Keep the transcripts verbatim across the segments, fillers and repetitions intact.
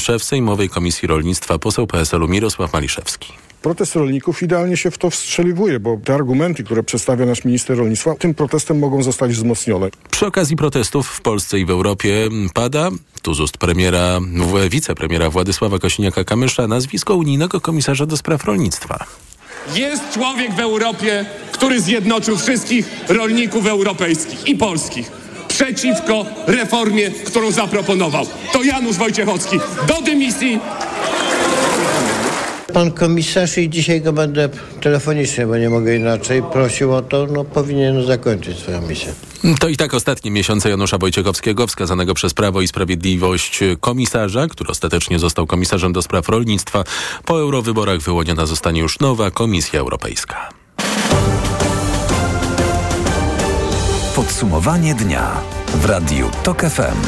szef Sejmowej Komisji Rolnictwa, poseł P S L-u Mirosław Maliszewski. Protest rolników idealnie się w to wstrzeliwuje, bo te argumenty, które przedstawia nasz minister rolnictwa, tym protestem mogą zostać wzmocnione. Przy okazji protestów w Polsce i w Europie pada, tu z ust premiera, wicepremiera Władysława Kosiniaka-Kamysza, nazwisko unijnego komisarza do spraw rolnictwa. Jest człowiek w Europie, który zjednoczył wszystkich rolników europejskich i polskich przeciwko reformie, którą zaproponował. To Janusz Wojciechowski. Do dymisji! Pan komisarz, i dzisiaj go będę telefonicznie, bo nie mogę inaczej, prosił o to, no powinien zakończyć swoją misję. To i tak ostatnie miesiące Janusza Wojciechowskiego, wskazanego przez Prawo i Sprawiedliwość komisarza, który ostatecznie został komisarzem do spraw rolnictwa. Po eurowyborach wyłoniona zostanie już nowa Komisja Europejska. Podsumowanie dnia w Radiu Tok F M.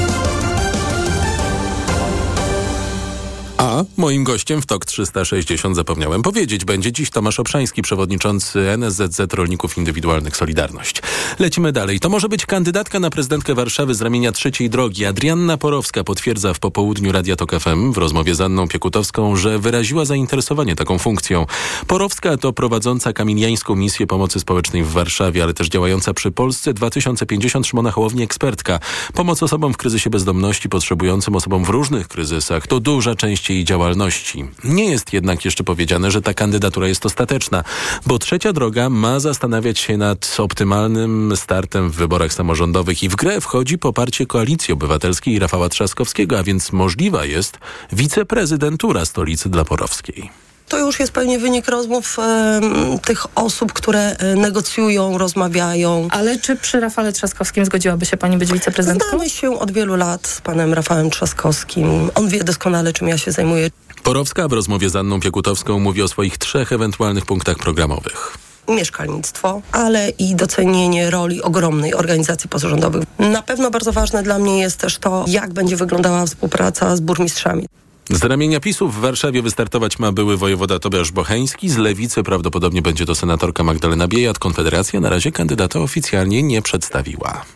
A moim gościem w Tok trzysta sześćdziesiąt, zapomniałem powiedzieć, będzie dziś Tomasz Obszański, przewodniczący N S Z Z Rolników Indywidualnych Solidarność. Lecimy dalej. To może być kandydatka na prezydentkę Warszawy z ramienia Trzeciej Drogi. Adrianna Porowska potwierdza w popołudniu Radia Tok F M w rozmowie z Anną Piekutowską, że wyraziła zainteresowanie taką funkcją. Porowska to prowadząca kamiliańską misję pomocy społecznej w Warszawie, ale też działająca przy Polsce dwa tysiące pięćdziesiąt Szymona Hołowni ekspertka. Pomoc osobom w kryzysie bezdomności, potrzebującym osobom w różnych kryzysach to duża część jej działalności. Nie jest jednak jeszcze powiedziane, że ta kandydatura jest ostateczna, bo Trzecia Droga ma zastanawiać się nad optymalnym startem w wyborach samorządowych i w grę wchodzi poparcie Koalicji Obywatelskiej i Rafała Trzaskowskiego, a więc możliwa jest wiceprezydentura stolicy dla Porowskiej. To już jest pewnie wynik rozmów e, tych osób, które e, negocjują, rozmawiają. Ale czy przy Rafale Trzaskowskim zgodziłaby się pani być wiceprezydentką? Znamy się od wielu lat z panem Rafałem Trzaskowskim. On wie doskonale, czym ja się zajmuję. Porowska w rozmowie z Anną Piekutowską mówi o swoich trzech ewentualnych punktach programowych. Mieszkalnictwo, ale i docenienie roli ogromnej organizacji pozarządowych. Na pewno bardzo ważne dla mnie jest też to, jak będzie wyglądała współpraca z burmistrzami. Z ramienia PiSu w Warszawie wystartować ma były wojewoda Tobiasz Bocheński. Z Lewicy prawdopodobnie będzie to senatorka Magdalena Biejat. Konfederacja na razie kandydata oficjalnie nie przedstawiła.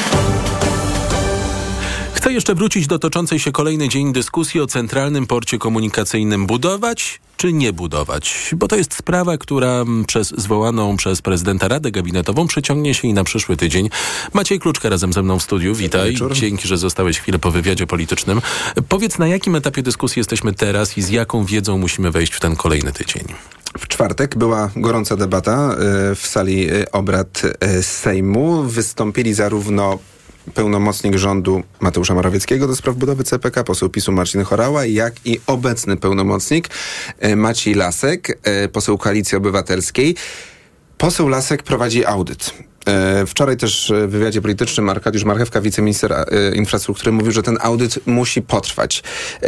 Chcę jeszcze wrócić do toczącej się kolejny dzień dyskusji o Centralnym Porcie Komunikacyjnym. Budować czy nie budować? Bo to jest sprawa, która przez zwołaną przez prezydenta Radę Gabinetową przeciągnie się i na przyszły tydzień. Maciej Kluczka razem ze mną w studiu. Witaj. Dzięki, że zostałeś chwilę po wywiadzie politycznym. Powiedz, na jakim etapie dyskusji jesteśmy teraz i z jaką wiedzą musimy wejść w ten kolejny tydzień? W czwartek była gorąca debata w sali obrad Sejmu. Wystąpili zarówno pełnomocnik rządu Mateusza Morawieckiego do spraw budowy C P K, poseł PiSu Marcin Horała, jak i obecny pełnomocnik Maciej Lasek, poseł Koalicji Obywatelskiej. Poseł Lasek prowadzi audyt. Wczoraj też w wywiadzie politycznym Arkadiusz Marchewka, wiceminister infrastruktury, mówił, że ten audyt musi potrwać.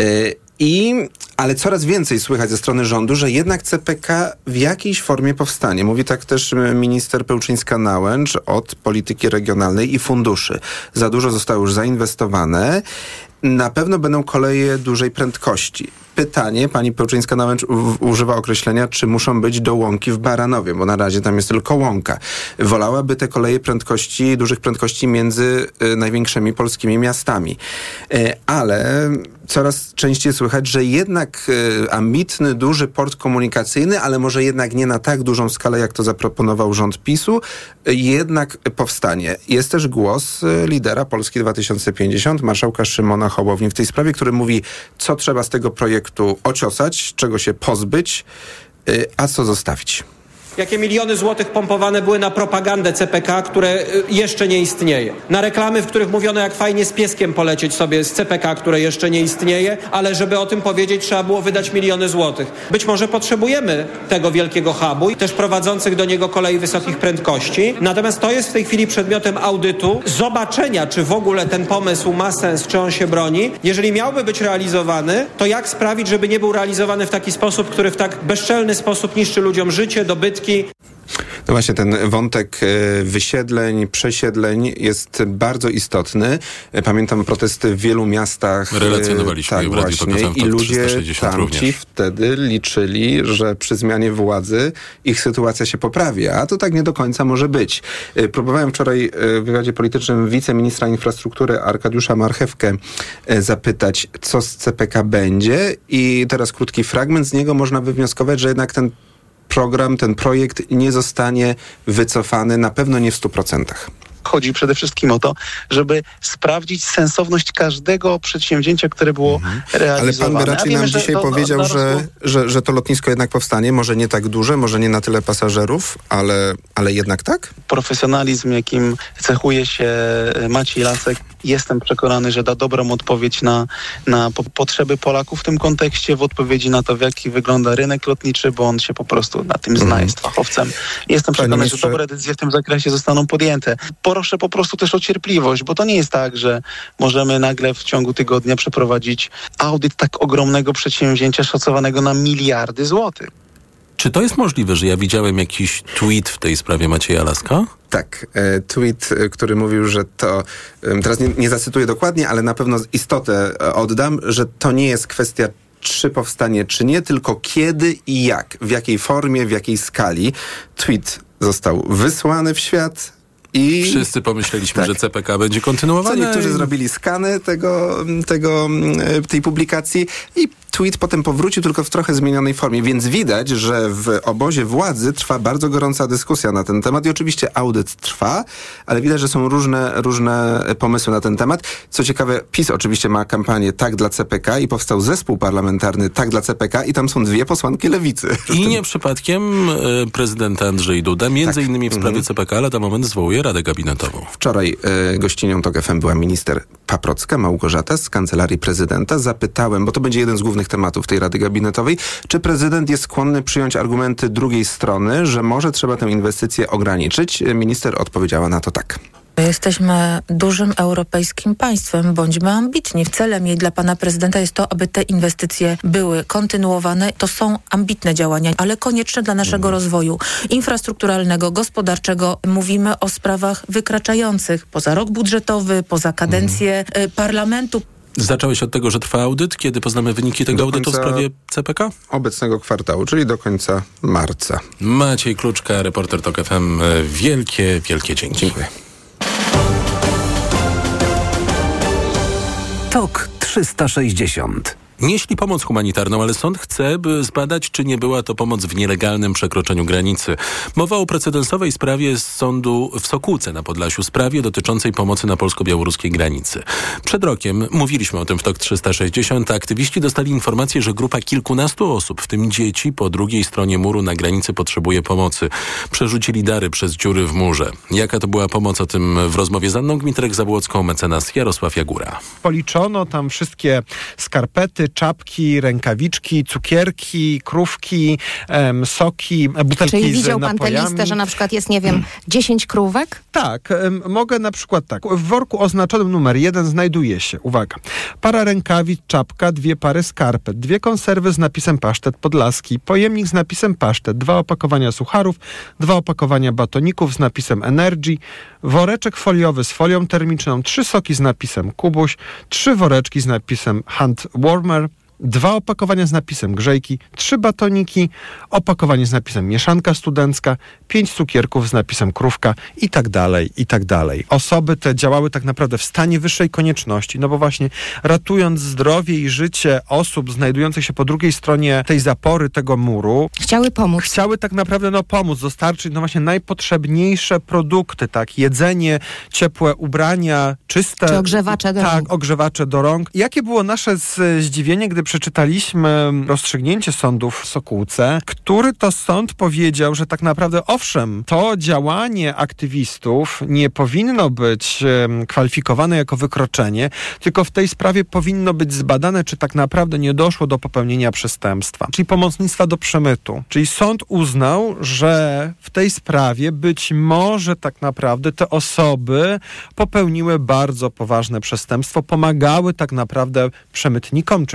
I, ale coraz więcej słychać ze strony rządu, że jednak C P K w jakiejś formie powstanie. Mówi tak też minister Pełczyńska-Nałęcz od polityki regionalnej i funduszy. Za dużo zostało już zainwestowane. Na pewno będą koleje dużej prędkości. Pytanie, pani Pełczyńska-Nałęcz u- używa określenia, czy muszą być do Łąki w Baranowie, bo na razie tam jest tylko Łąka. Wolałaby te koleje prędkości, dużych prędkości między y, największymi polskimi miastami. Y, ale coraz częściej słychać, że jednak y, ambitny, duży port komunikacyjny, ale może jednak nie na tak dużą skalę, jak to zaproponował rząd PiSu, y, jednak powstanie. Jest też głos y, lidera Polski dwa tysiące pięćdziesiąt, marszałka Szymona Hołowni w tej sprawie, który mówi, co trzeba z tego projektu ociosać, czego się pozbyć, y, a co zostawić. Jakie miliony złotych pompowane były na propagandę C P K, które jeszcze nie istnieje. Na reklamy, w których mówiono, jak fajnie z pieskiem polecieć sobie z C P K, które jeszcze nie istnieje, ale żeby o tym powiedzieć, trzeba było wydać miliony złotych. Być może potrzebujemy tego wielkiego hubu i też prowadzących do niego kolei wysokich prędkości. Natomiast to jest w tej chwili przedmiotem audytu, zobaczenia, czy w ogóle ten pomysł ma sens, czy on się broni. Jeżeli miałby być realizowany, to jak sprawić, żeby nie był realizowany w taki sposób, który w tak bezczelny sposób niszczy ludziom życie, dobytki. No właśnie, ten wątek wysiedleń, przesiedleń jest bardzo istotny. Pamiętam protesty w wielu miastach. Relacjonowaliśmy tak, je w Radiu Tok F M, i ludzie tamci również. wtedy liczyli, że przy zmianie władzy ich sytuacja się poprawi, a to tak nie do końca może być. Próbowałem wczoraj w wywiadzie politycznym wiceministra infrastruktury Arkadiusza Marchewkę zapytać, co z C P K będzie, i teraz krótki fragment z niego. Można wywnioskować, że jednak ten program, ten projekt nie zostanie wycofany, na pewno nie w stu procentach. Chodzi przede wszystkim o to, żeby sprawdzić sensowność każdego przedsięwzięcia, które było mhm. realizowane. Ale pan by raczej ja nam wiemy, dzisiaj że do, powiedział, do, do że, rozwoju... że, że to lotnisko jednak powstanie, może nie tak duże, może nie na tyle pasażerów, ale, ale jednak tak? Profesjonalizm, jakim cechuje się Maciej Lasek, jestem przekonany, że da dobrą odpowiedź na, na po, potrzeby Polaków w tym kontekście, w odpowiedzi na to, w jaki wygląda rynek lotniczy, bo on się po prostu na tym zna, mhm. jest fachowcem. Jestem przekonany, że dobre decyzje w tym zakresie zostaną podjęte. Proszę po prostu też o cierpliwość, bo to nie jest tak, że możemy nagle w ciągu tygodnia przeprowadzić audyt tak ogromnego przedsięwzięcia szacowanego na miliardy złotych. Czy to jest możliwe, że ja widziałem jakiś tweet w tej sprawie Macieja Laska? Tak, e, tweet, e, który mówił, że to, e, teraz nie, nie zacytuję dokładnie, ale na pewno istotę oddam, że to nie jest kwestia czy powstanie, czy nie, tylko kiedy i jak, w jakiej formie, w jakiej skali. Tweet został wysłany w świat. I wszyscy pomyśleliśmy, tak. że C P K będzie kontynuowane. Co niektórzy zrobili skany tego, tego, tej publikacji i tweet potem powrócił, tylko w trochę zmienionej formie, więc widać, że w obozie władzy trwa bardzo gorąca dyskusja na ten temat i oczywiście audyt trwa, ale widać, że są różne, różne pomysły na ten temat. Co ciekawe, PiS oczywiście ma kampanię Tak dla C P K i powstał zespół parlamentarny Tak dla C P K i tam są dwie posłanki Lewicy. I nie przypadkiem y, prezydent Andrzej Duda, między tak. innymi w sprawie mhm. C P K, lada moment zwołuje Radę Gabinetową. Wczoraj y, gościnią Tok F M była minister Paprocka, Małgorzata z Kancelarii Prezydenta. Zapytałem, bo to będzie jeden z głównych tematów tej Rady Gabinetowej, czy prezydent jest skłonny przyjąć argumenty drugiej strony, że może trzeba tę inwestycję ograniczyć. Minister odpowiedziała na to tak. Jesteśmy dużym europejskim państwem, bądźmy ambitni. Celem jej dla pana prezydenta jest to, aby te inwestycje były kontynuowane. To są ambitne działania, ale konieczne dla naszego mm. rozwoju infrastrukturalnego, gospodarczego. Mówimy o sprawach wykraczających poza rok budżetowy, poza kadencję mm. parlamentu. Zacząłeś od tego, że trwa audyt. Kiedy poznamy wyniki tego audytu w sprawie C P K? Obecnego kwartału, czyli do końca marca. Maciej Kluczka, reporter Tok F M. Wielkie, wielkie dzięki. Dziękuję. Tok trzysta sześćdziesiąt. Nieśli pomoc humanitarną, ale sąd chce, by zbadać, czy nie była to pomoc w nielegalnym przekroczeniu granicy. Mowa o precedensowej sprawie z sądu w Sokółce na Podlasiu, sprawie dotyczącej pomocy na polsko-białoruskiej granicy. Przed rokiem, mówiliśmy o tym w Tok trzysta sześćdziesiąt, aktywiści dostali informację, że grupa kilkunastu osób, w tym dzieci, po drugiej stronie muru na granicy potrzebuje pomocy. Przerzucili dary przez dziury w murze. Jaka to była pomoc? O tym w rozmowie z Anną Gmitrek-Zabłocką, mecenas Jarosław Jagóra. Policzono tam wszystkie skarpety, czapki, rękawiczki, cukierki, krówki, em, soki, butelki Czyli z widział pan napojami. tę listę, że na przykład jest, nie wiem, dziesięć krówek? Tak, em, mogę na przykład tak. W worku oznaczonym numer jeden znajduje się, uwaga, para rękawic, czapka, dwie pary skarpet, dwie konserwy z napisem pasztet podlaski, pojemnik z napisem pasztet, dwa opakowania sucharów, dwa opakowania batoników z napisem Energy, woreczek foliowy z folią termiczną, trzy soki z napisem Kubuś, trzy woreczki z napisem Hand Warmer, dwa opakowania z napisem Grzejki, trzy batoniki, opakowanie z napisem Mieszanka Studencka, pięć cukierków z napisem Krówka i tak dalej, i tak dalej. Osoby te działały tak naprawdę w stanie wyższej konieczności, no bo właśnie ratując zdrowie i życie osób znajdujących się po drugiej stronie tej zapory, tego muru. Chciały pomóc. Chciały tak naprawdę no pomóc, dostarczyć no właśnie najpotrzebniejsze produkty, tak, jedzenie, ciepłe ubrania, czyste. Czy ogrzewacze do tak, rąk. Tak, ogrzewacze do rąk. Jakie było nasze zdziwienie, gdy przeczytaliśmy rozstrzygnięcie sądu w Sokółce, który to sąd powiedział, że tak naprawdę owszem, to działanie aktywistów nie powinno być um, kwalifikowane jako wykroczenie, tylko w tej sprawie powinno być zbadane, czy tak naprawdę nie doszło do popełnienia przestępstwa, czyli pomocnictwa do przemytu. Czyli sąd uznał, że w tej sprawie być może tak naprawdę te osoby popełniły bardzo poważne przestępstwo, pomagały tak naprawdę przemytnikom, czy w tym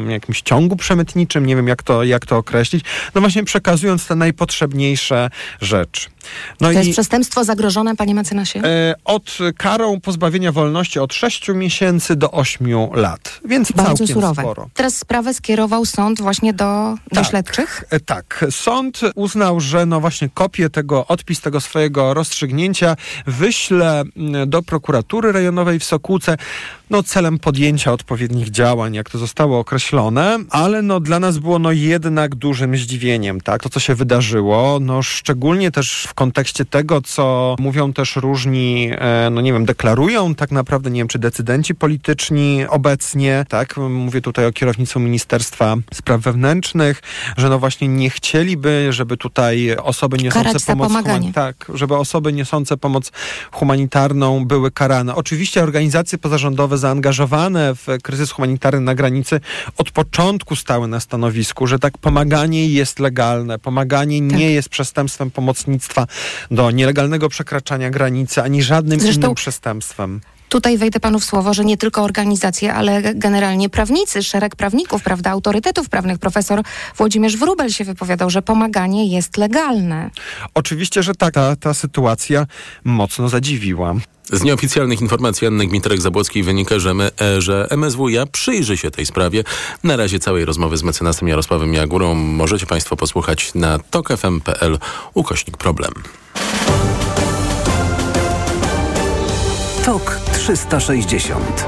takim jakimś ciągu przemytniczym, nie wiem jak to, jak to określić, no właśnie przekazując te najpotrzebniejsze rzeczy. No to i, jest przestępstwo zagrożone, panie mecenasie? E, od karą pozbawienia wolności od sześciu miesięcy do ośmiu lat, więc bardzo całkiem surowe. sporo. Teraz sprawę skierował sąd właśnie do, do tak, śledczych? E, tak. Sąd uznał, że no właśnie kopię tego, odpis tego swojego rozstrzygnięcia wyśle do prokuratury rejonowej w Sokółce, no celem podjęcia odpowiednich działań, jak to zostało określone, ale no dla nas było no jednak dużym zdziwieniem, tak, to co się wydarzyło, no szczególnie też w kontekście tego, co mówią też różni, e, no nie wiem, deklarują tak naprawdę, nie wiem, czy decydenci polityczni obecnie, tak, mówię tutaj o kierownictwie Ministerstwa Spraw Wewnętrznych, że no właśnie nie chcieliby, żeby tutaj osoby niosące pomoc human- tak, żeby osoby niosące pomoc humanitarną były karane. Oczywiście organizacje pozarządowe zaangażowane w kryzys humanitarny na granicy od początku stały na stanowisku, że tak pomaganie jest legalne, pomaganie tak. nie jest przestępstwem pomocnictwa do nielegalnego przekraczania granicy, ani żadnym Zresztą innym przestępstwem. Tutaj wejdę panu w słowo, że nie tylko organizacje, ale generalnie prawnicy, szereg prawników, prawda, autorytetów prawnych. Profesor Włodzimierz Wróbel się wypowiadał, że pomaganie jest legalne. Oczywiście, że tak. Ta, ta sytuacja mocno zadziwiła. Z nieoficjalnych informacji Anny Gmiterek-Zabłockiej wynika, że, my, że M S W iA przyjrzy się tej sprawie. Na razie całej rozmowy z mecenasem Jarosławem Jagurą możecie państwo posłuchać na tok f m kropka p l ukośnik problem. Tok trzysta sześćdziesiąt.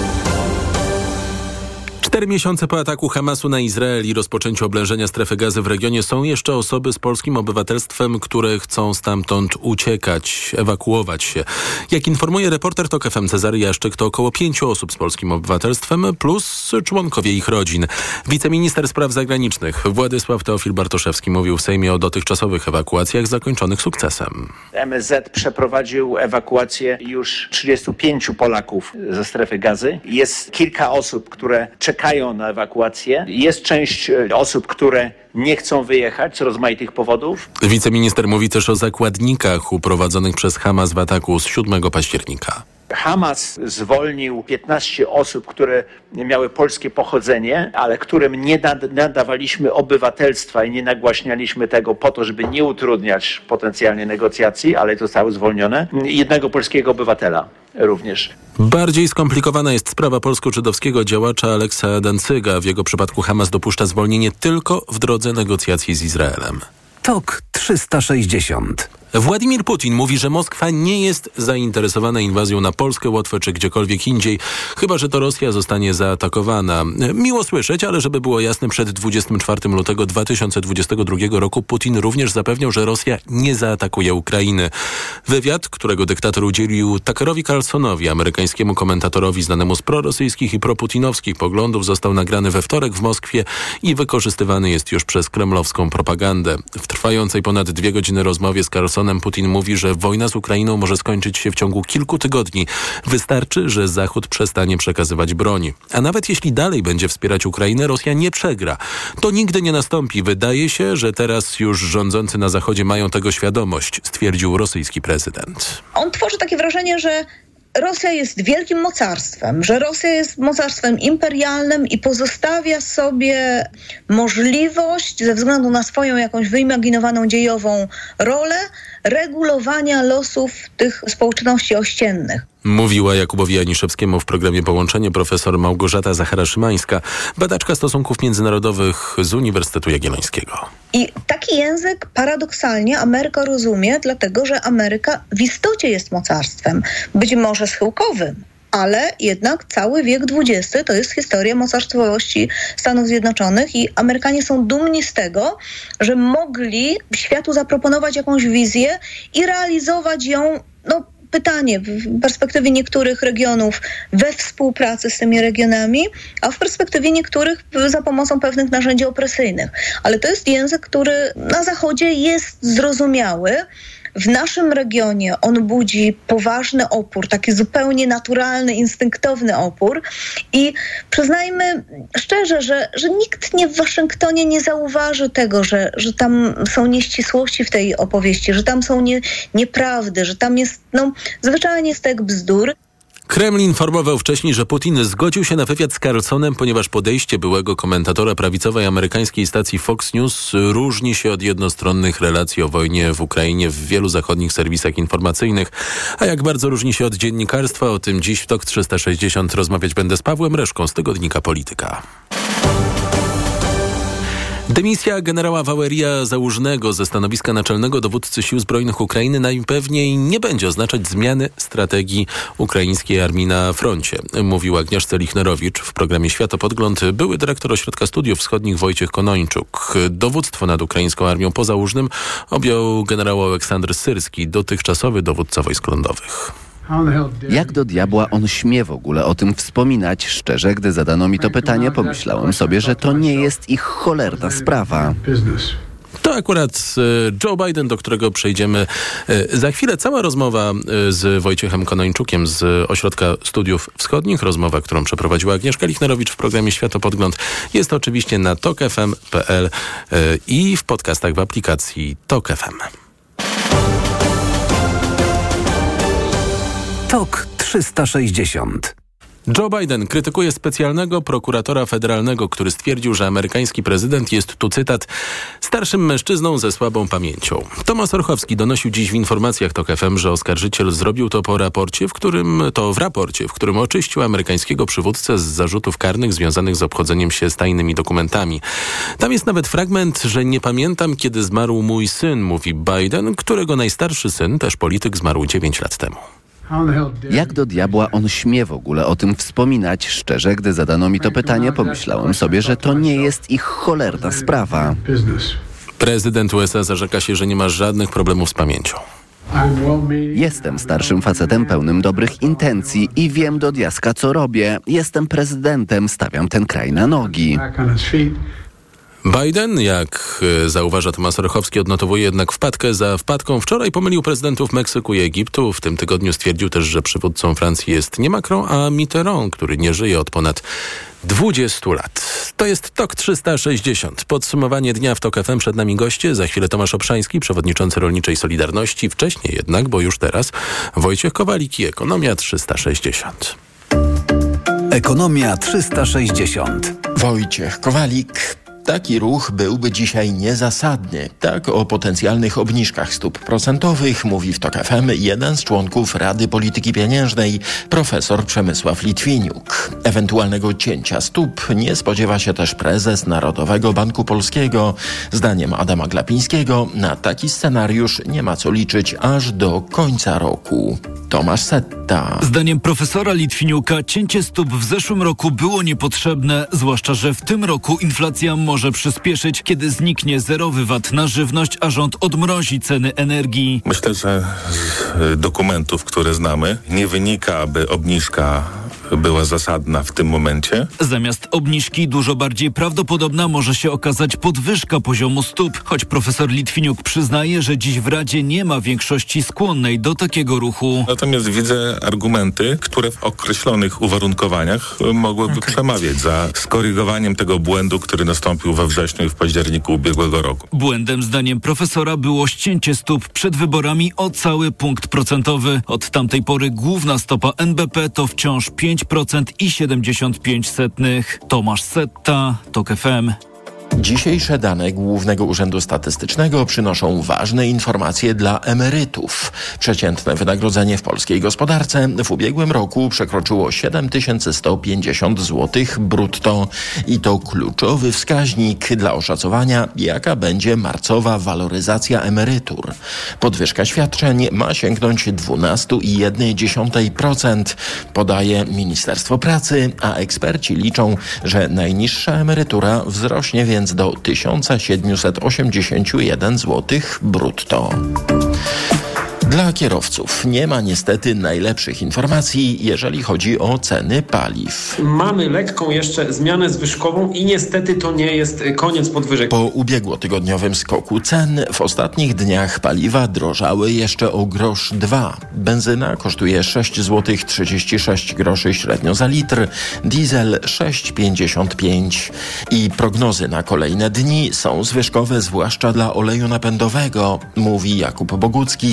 Cztery miesiące po ataku Hamasu na Izrael i rozpoczęciu oblężenia strefy Gazy w regionie są jeszcze osoby z polskim obywatelstwem, które chcą stamtąd uciekać, ewakuować się. Jak informuje reporter Tok F M Cezary Jaszczyk, to około pięciu osób z polskim obywatelstwem plus członkowie ich rodzin. Wiceminister spraw zagranicznych Władysław Teofil Bartoszewski mówił w Sejmie o dotychczasowych ewakuacjach zakończonych sukcesem. M S Z przeprowadził ewakuację już trzydziestu pięciu Polaków ze strefy Gazy. Jest kilka osób, które czekają na ewakuację. Jest część osób, które nie chcą wyjechać z rozmaitych powodów. Wiceminister mówi też o zakładnikach uprowadzonych przez Hamas w ataku z siódmego października. Hamas zwolnił piętnaście osób, które miały polskie pochodzenie, ale którym nie nadawaliśmy obywatelstwa i nie nagłaśnialiśmy tego po to, żeby nie utrudniać potencjalnie negocjacji, ale zostały zwolnione. Jednego polskiego obywatela również. Bardziej skomplikowana jest sprawa polsko-żydowskiego działacza Aleksa Dancyga. W jego przypadku Hamas dopuszcza zwolnienie tylko w drodze negocjacji z Izraelem. Tok trzysta sześćdziesiąt. Władimir Putin mówi, że Moskwa nie jest zainteresowana inwazją na Polskę, Łotwę czy gdziekolwiek indziej, chyba że to Rosja zostanie zaatakowana. Miło słyszeć, ale żeby było jasne, przed dwudziestego czwartego lutego dwa tysiące dwudziestego drugiego roku Putin również zapewniał, że Rosja nie zaatakuje Ukrainy. Wywiad, którego dyktator udzielił Tuckerowi Carlsonowi, amerykańskiemu komentatorowi znanemu z prorosyjskich i proputinowskich poglądów, został nagrany we wtorek w Moskwie i wykorzystywany jest już przez kremlowską propagandę. W trwającej ponad dwie godziny rozmowie z Carlsonem Putin mówi, że wojna z Ukrainą może skończyć się w ciągu kilku tygodni. Wystarczy, że Zachód przestanie przekazywać broń. A nawet jeśli dalej będzie wspierać Ukrainę, Rosja nie przegra. To nigdy nie nastąpi. Wydaje się, że teraz już rządzący na Zachodzie mają tego świadomość, stwierdził rosyjski prezydent. On tworzy takie wrażenie, że Rosja jest wielkim mocarstwem, że Rosja jest mocarstwem imperialnym i pozostawia sobie możliwość, ze względu na swoją jakąś wyimaginowaną dziejową rolę, regulowania losów tych społeczności ościennych. Mówiła Jakubowi Janiszewskiemu w programie Połączenie profesor Małgorzata Zachara-Szymańska, badaczka stosunków międzynarodowych z Uniwersytetu Jagiellońskiego. I taki język paradoksalnie Ameryka rozumie, dlatego że Ameryka w istocie jest mocarstwem, być może schyłkowym, ale jednak cały wiek dwudziesty to jest historia mocarstwowości Stanów Zjednoczonych i Amerykanie są dumni z tego, że mogli światu zaproponować jakąś wizję i realizować ją, no pytanie, w perspektywie niektórych regionów we współpracy z tymi regionami, a w perspektywie niektórych za pomocą pewnych narzędzi opresyjnych. Ale to jest język, który na Zachodzie jest zrozumiały. W naszym regionie on budzi poważny opór, taki zupełnie naturalny, instynktowny opór i przyznajmy szczerze, że, że nikt nie w Waszyngtonie nie zauważy tego, że, że tam są nieścisłości w tej opowieści, że tam są nie, nieprawdy, że tam jest no, zwyczajnie stek bzdur. Kreml informował wcześniej, że Putin zgodził się na wywiad z Carlsonem, ponieważ podejście byłego komentatora prawicowej amerykańskiej stacji Fox News różni się od jednostronnych relacji o wojnie w Ukrainie w wielu zachodnich serwisach informacyjnych. A jak bardzo różni się od dziennikarstwa, o tym dziś w Tok trzysta sześćdziesiąt rozmawiać będę z Pawłem Reszką z tygodnika Polityka. Dymisja generała Valeria Załóżnego ze stanowiska naczelnego dowódcy Sił Zbrojnych Ukrainy najpewniej nie będzie oznaczać zmiany strategii ukraińskiej armii na froncie, mówił Agnieszce Lichnerowicz w programie Światopodgląd były dyrektor Ośrodka Studiów Wschodnich Wojciech Konończuk. Dowództwo nad ukraińską armią po Załóżnym objął generał Aleksander Syrski, dotychczasowy dowódca wojsk lądowych. Jak do diabła on śmie w ogóle o tym wspominać? Szczerze, gdy zadano mi to pytanie, pomyślałem sobie, że to nie jest ich cholerna sprawa. To akurat Joe Biden, do którego przejdziemy za chwilę. Cała rozmowa z Wojciechem Konończukiem z Ośrodka Studiów Wschodnich, rozmowa, którą przeprowadziła Agnieszka Lichnerowicz w programie Światopodgląd, jest oczywiście na tok f m kropka p l i w podcastach w aplikacji Tok F M. Tok trzysta sześćdziesiąt. Joe Biden krytykuje specjalnego prokuratora federalnego, który stwierdził, że amerykański prezydent jest, tu cytat, starszym mężczyzną ze słabą pamięcią. Tomasz Orchowski donosił dziś w informacjach Tok F M, że oskarżyciel zrobił to po raporcie, w którym to w raporcie, w którym oczyścił amerykańskiego przywódcę z zarzutów karnych związanych z obchodzeniem się z tajnymi dokumentami. Tam jest nawet fragment, że nie pamiętam, kiedy zmarł mój syn, mówi Biden, którego najstarszy syn, też polityk, zmarł dziewięć lat temu. Jak do diabła on śmie w ogóle o tym wspominać? Szczerze, gdy zadano mi to pytanie, pomyślałem sobie, że to nie jest ich cholerna sprawa. Prezydent U S A zarzeka się, że nie ma żadnych problemów z pamięcią. Jestem starszym facetem pełnym dobrych intencji i wiem do diaska, co robię. Jestem prezydentem, stawiam ten kraj na nogi. Biden, jak zauważa Tomasz Orchowski, odnotowuje jednak wpadkę za wpadką. Wczoraj pomylił prezydentów Meksyku i Egiptu. W tym tygodniu stwierdził też, że przywódcą Francji jest nie Macron, a Mitterrand, który nie żyje od ponad dwudziestu lat. To jest Tok trzysta sześćdziesiąt. Podsumowanie dnia w Tok F M. Przed nami goście. Za chwilę Tomasz Obszański, przewodniczący Rolniczej Solidarności. Wcześniej jednak, bo już teraz, Wojciech Kowalik i Ekonomia trzysta sześćdziesiąt. Ekonomia trzysta sześćdziesiąt. Wojciech Kowalik. Taki ruch byłby dzisiaj niezasadny. Tak o potencjalnych obniżkach stóp procentowych mówi w Tok F M jeden z członków Rady Polityki Pieniężnej, profesor Przemysław Litwiniuk. Ewentualnego cięcia stóp nie spodziewa się też prezes Narodowego Banku Polskiego. Zdaniem Adama Glapińskiego na taki scenariusz nie ma co liczyć aż do końca roku. Tomasz Setta. Zdaniem profesora Litwiniuka cięcie stóp w zeszłym roku było niepotrzebne, zwłaszcza że w tym roku inflacja może przyspieszyć, kiedy zniknie zerowy V A T na żywność, a rząd odmrozi ceny energii. Myślę, że z dokumentów, które znamy, nie wynika, aby obniżka była zasadna w tym momencie. Zamiast obniżki dużo bardziej prawdopodobna może się okazać podwyżka poziomu stóp, choć profesor Litwiniuk przyznaje, że dziś w Radzie nie ma większości skłonnej do takiego ruchu. Natomiast widzę argumenty, które w określonych uwarunkowaniach mogłyby okay. przemawiać za skorygowaniem tego błędu, który nastąpił we wrześniu i w październiku ubiegłego roku. Błędem zdaniem profesora było ścięcie stóp przed wyborami o cały punkt procentowy. Od tamtej pory główna stopa N B P to wciąż pięć procent i siedemdziesiąt pięć setnych. Tomasz Setta, Tok F M. Dzisiejsze dane Głównego Urzędu Statystycznego przynoszą ważne informacje dla emerytów. Przeciętne wynagrodzenie w polskiej gospodarce w ubiegłym roku przekroczyło siedem tysięcy sto pięćdziesiąt złotych brutto i to kluczowy wskaźnik dla oszacowania, jaka będzie marcowa waloryzacja emerytur. Podwyżka świadczeń ma sięgnąć dwanaście przecinek jeden procent, podaje Ministerstwo Pracy, a eksperci liczą, że najniższa emerytura wzrośnie więc do tysiąc siedemset osiemdziesiąt jeden złotych brutto. Dla kierowców nie ma niestety najlepszych informacji, jeżeli chodzi o ceny paliw. Mamy lekką jeszcze zmianę zwyżkową i niestety to nie jest koniec podwyżek. Po ubiegłotygodniowym skoku cen w ostatnich dniach paliwa drożały jeszcze o grosz dwa. Benzyna kosztuje sześć złotych trzydzieści sześć groszy średnio za litr, diesel sześć pięćdziesiąt pięć. I prognozy na kolejne dni są zwyżkowe, zwłaszcza dla oleju napędowego, mówi Jakub Bogucki z E P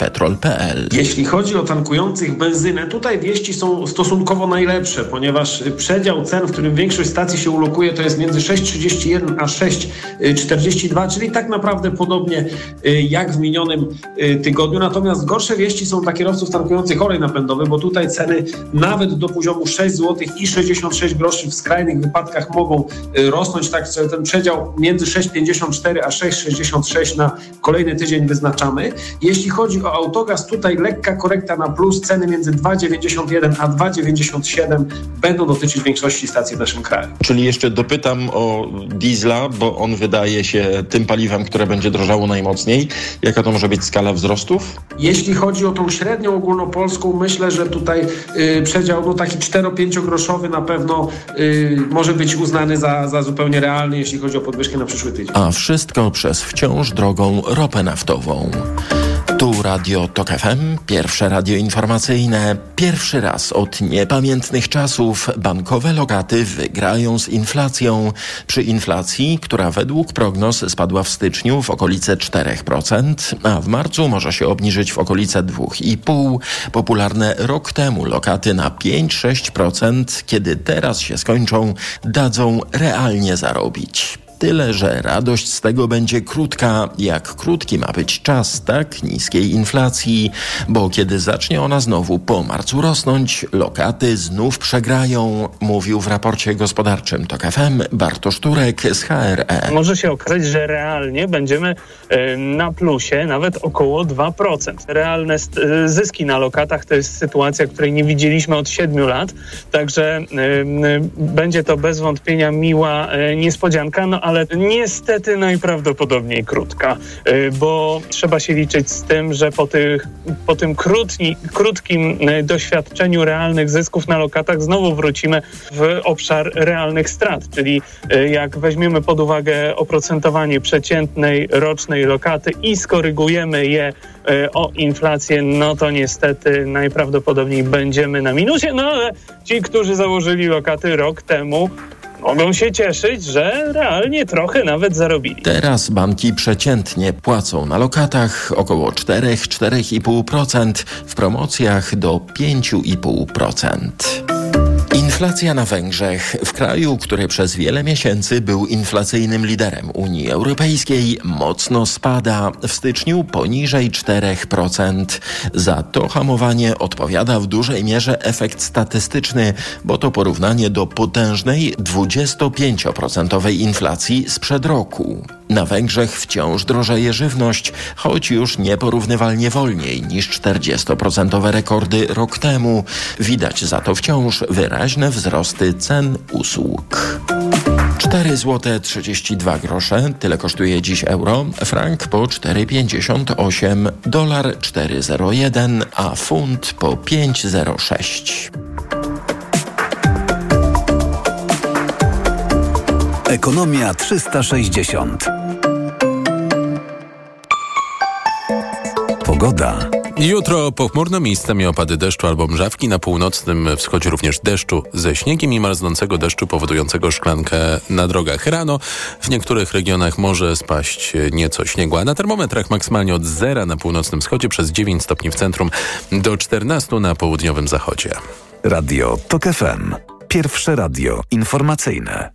petrol kropka p l. Jeśli chodzi o tankujących benzynę, tutaj wieści są stosunkowo najlepsze, ponieważ przedział cen, w którym większość stacji się ulokuje, to jest między sześć trzydzieści jeden a sześć czterdzieści dwa, czyli tak naprawdę podobnie jak w minionym tygodniu. Natomiast gorsze wieści są dla kierowców tankujących olej napędowy, bo tutaj ceny nawet do poziomu sześć złotych i sześćdziesiąt sześć groszy w skrajnych wypadkach mogą rosnąć. Tak, ten przedział między sześć pięćdziesiąt cztery a sześć sześćdziesiąt sześć na kolejny tydzień wyznaczamy. Jeśli chodzi o autogaz, tutaj lekka korekta na plus. Ceny między dwa dziewięćdziesiąt jeden a dwa dziewięćdziesiąt siedem będą dotyczyć większości stacji w naszym kraju. Czyli jeszcze dopytam o diesla, bo on wydaje się tym paliwem, które będzie drożało najmocniej. Jaka to może być skala wzrostów? Jeśli chodzi o tą średnią ogólnopolską, myślę, że tutaj y, przedział no, taki cztero-pięciogroszowy na pewno y, może być uznany za, za zupełnie realny, jeśli chodzi o podwyżkę na przyszły tydzień. A wszystko przez wciąż drogą ropę naftową. Tu Radio Tok F M, pierwsze radio informacyjne. Pierwszy raz od niepamiętnych czasów bankowe lokaty wygrają z inflacją. Przy inflacji, która według prognoz spadła w styczniu w okolice cztery procent, a w marcu może się obniżyć w okolice dwa i pół procent. Popularne rok temu lokaty na pięć do sześciu procent, kiedy teraz się skończą, dadzą realnie zarobić. Tyle, że radość z tego będzie krótka, jak krótki ma być czas tak niskiej inflacji, bo kiedy zacznie ona znowu po marcu rosnąć, lokaty znów przegrają, mówił w raporcie gospodarczym Tok F M Bartosz Turek z H R E. Może się okazać, że realnie będziemy na plusie nawet około dwa procent. Realne zyski na lokatach to jest sytuacja, której nie widzieliśmy od siedmiu lat, także będzie to bez wątpienia miła niespodzianka, no ale niestety najprawdopodobniej krótka, bo trzeba się liczyć z tym, że po, tych, po tym krótki, krótkim doświadczeniu realnych zysków na lokatach znowu wrócimy w obszar realnych strat, czyli jak weźmiemy pod uwagę oprocentowanie przeciętnej rocznej lokaty i skorygujemy je o inflację, no to niestety najprawdopodobniej będziemy na minusie, no ale ci, którzy założyli lokaty rok temu, mogą się cieszyć, że realnie trochę nawet zarobili. Teraz banki przeciętnie płacą na lokatach około cztery do czterech i pół procent, w promocjach do pięć i pół procent. Inflacja na Węgrzech, w kraju, który przez wiele miesięcy był inflacyjnym liderem Unii Europejskiej, mocno spada. W styczniu poniżej cztery procent. Za to hamowanie odpowiada w dużej mierze efekt statystyczny, bo to porównanie do potężnej dwudziestopięcioprocentowej inflacji sprzed roku. Na Węgrzech wciąż drożeje żywność, choć już nieporównywalnie wolniej niż czterdziestoprocentowe rekordy rok temu. Widać za to wciąż wyraźne wzrosty cen usług. cztery złote trzydzieści dwa grosze, tyle kosztuje dziś euro, frank po cztery pięćdziesiąt osiem, dolar cztery zero jeden, a funt po pięć zero sześć. Ekonomia trzysta sześćdziesiąt. Pogoda. Jutro pochmurno, miejscami opady deszczu albo mrzawki, na północnym wschodzie również deszczu ze śniegiem i marznącego deszczu powodującego szklankę na drogach. Rano w niektórych regionach może spaść nieco śniegu, a na termometrach maksymalnie od zera na północnym wschodzie, przez dziewięć stopni w centrum do czternastu na południowym zachodzie. Radio Tok F M. Pierwsze radio informacyjne.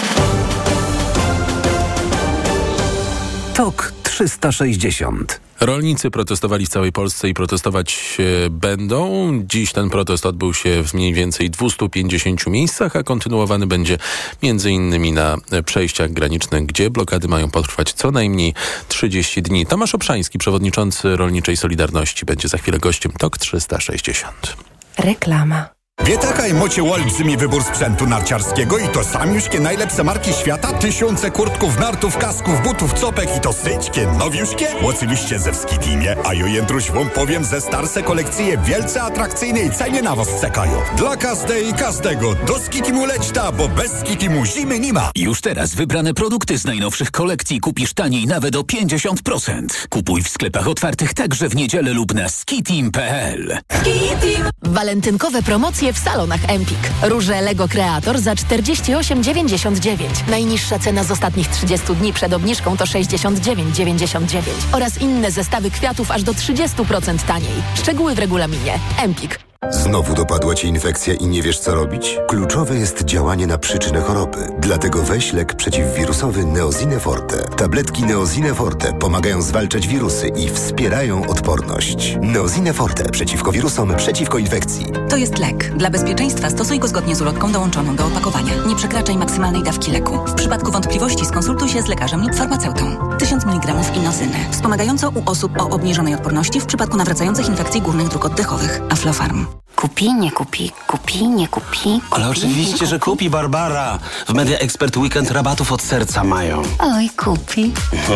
Tok trzysta sześćdziesiąt. Rolnicy protestowali w całej Polsce i protestować będą. Dziś ten protest odbył się w mniej więcej dwustu pięćdziesięciu miejscach, a kontynuowany będzie między innymi na przejściach granicznych, gdzie blokady mają potrwać co najmniej trzydzieści dni. Tomasz Obszański, przewodniczący Rolniczej Solidarności, będzie za chwilę gościem Tok trzysta sześćdziesiąt. Reklama. Wie takaj mocie olbrzymi wybór sprzętu narciarskiego i to samiuszkie najlepsze marki świata? Tysiące kurtków, nartów, kasków, butów, copek i to syćkie, nowiuszkie? Oczywiście ze Skitimie, a jo jędruś wam powiem, ze starsze kolekcje wielce atrakcyjnej cenie na was czekają. Dla każdej i każdego do Skitimu leć ta, bo bez Skitimu zimy nie ma. Już teraz wybrane produkty z najnowszych kolekcji kupisz taniej nawet o pięćdziesiąt procent. Kupuj w sklepach otwartych także w niedzielę lub na skitim kropka p l. Skitim! Walentynkowe promocje w salonach Empik. Róże Lego Creator za czterdzieści osiem dziewięćdziesiąt dziewięć. Najniższa cena z ostatnich trzydziestu dni przed obniżką to sześćdziesiąt dziewięć dziewięćdziesiąt dziewięć. Oraz inne zestawy kwiatów aż do trzydzieści procent taniej. Szczegóły w regulaminie. Empik. Znowu dopadła Cię infekcja i nie wiesz, co robić? Kluczowe jest działanie na przyczynę choroby. Dlatego weź lek przeciwwirusowy Neozine Forte. Tabletki Neozine Forte pomagają zwalczać wirusy i wspierają odporność. Neozine Forte przeciwko wirusom, przeciwko infekcji. To jest lek. Dla bezpieczeństwa stosuj go zgodnie z ulotką dołączoną do opakowania. Nie przekraczaj maksymalnej dawki leku. W przypadku wątpliwości skonsultuj się z lekarzem lub farmaceutą. tysiąc miligramów inozyny. Wspomagająco u osób o obniżonej odporności w przypadku nawracających infekcji górnych dróg oddechowych. Aflofarm. Kupi, nie kupi, kupi, nie kupi. Ale oczywiście, że kupi, Barbara. W Media Expert Weekend rabatów od serca mają. Oj, kupi. No.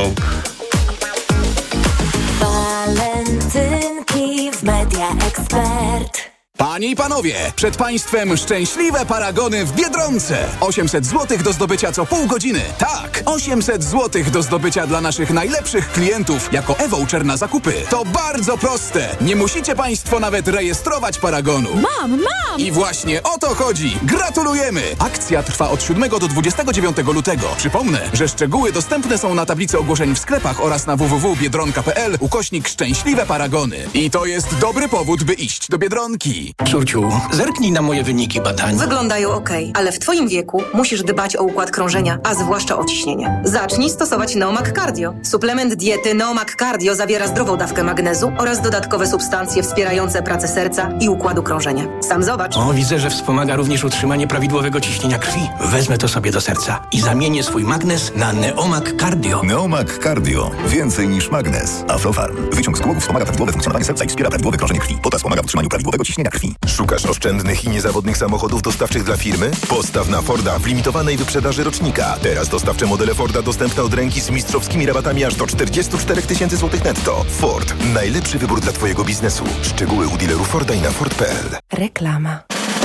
Walentynki w Media Expert. Panie i panowie, przed państwem szczęśliwe paragony w Biedronce. osiemset złotych do zdobycia co pół godziny. Tak, osiemset złotych do zdobycia dla naszych najlepszych klientów jako e-voucher na zakupy. To bardzo proste. Nie musicie państwo nawet rejestrować paragonu. Mam, mam! I właśnie o to chodzi. Gratulujemy! Akcja trwa od siódmego do dwudziestego dziewiątego lutego. Przypomnę, że szczegóły dostępne są na tablicy ogłoszeń w sklepach oraz na w w w kropka biedronka kropka p l ukośnik szczęśliwe paragony. I to jest dobry powód, by iść do Biedronki. Córciu, zerknij na moje wyniki badań. Wyglądają ok, ale w twoim wieku musisz dbać o układ krążenia, a zwłaszcza o ciśnienie. Zacznij stosować Neomag Cardio. Suplement diety Neomag Cardio zawiera zdrową dawkę magnezu oraz dodatkowe substancje wspierające pracę serca i układu krążenia. Sam zobacz. O, widzę, że wspomaga również utrzymanie prawidłowego ciśnienia krwi. Wezmę to sobie do serca i zamienię swój magnez na Neomag Cardio. Neomag Cardio. Więcej niż magnez. Aflofarm. Wyciąg z głowy wspomaga prawidłowe funkcjonowanie serca i wspiera prawidłowe krążenie krwi. Potas pomaga w utrzymaniu prawidłowego ciśnienia krwi. Szukasz oszczędnych i niezawodnych samochodów dostawczych dla firmy? Postaw na Forda w limitowanej wyprzedaży rocznika. Teraz dostawcze modele Forda dostępne od ręki z mistrzowskimi rabatami aż do czterdzieści cztery tysiące złotych netto. Ford. Najlepszy wybór dla Twojego biznesu. Szczegóły u dealerów Forda i na Ford kropka p l. Reklama.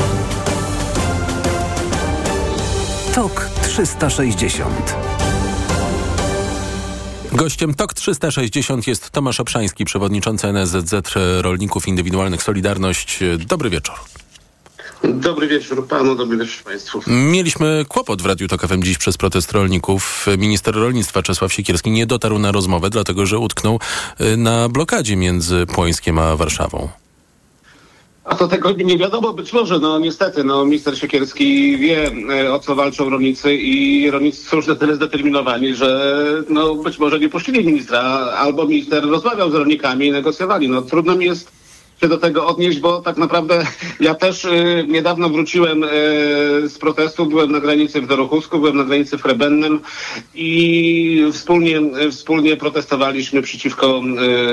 Tok trzysta sześćdziesiąt. Gościem Tok trzysta sześćdziesiąt jest Tomasz Obszański, przewodniczący N S Z Z Rolników Indywidualnych Solidarność. Dobry wieczór. Dobry wieczór panu, dobry wieczór państwu. Mieliśmy kłopot w Radiu Tok F M dziś przez protest rolników. Minister rolnictwa Czesław Siekierski nie dotarł na rozmowę, dlatego że utknął na blokadzie między Płońskiem a Warszawą. A to tego nie wiadomo, być może, no niestety, no minister Siekierski wie, o co walczą rolnicy i rolnicy są już na tyle zdeterminowani, że no być może nie puścili ministra, albo minister rozmawiał z rolnikami i negocjowali. No trudno mi jest się do tego odnieść, bo tak naprawdę ja też y, niedawno wróciłem y, z protestu, byłem na granicy w Dorochusku, byłem na granicy w Hrebennem i wspólnie, y, wspólnie protestowaliśmy przeciwko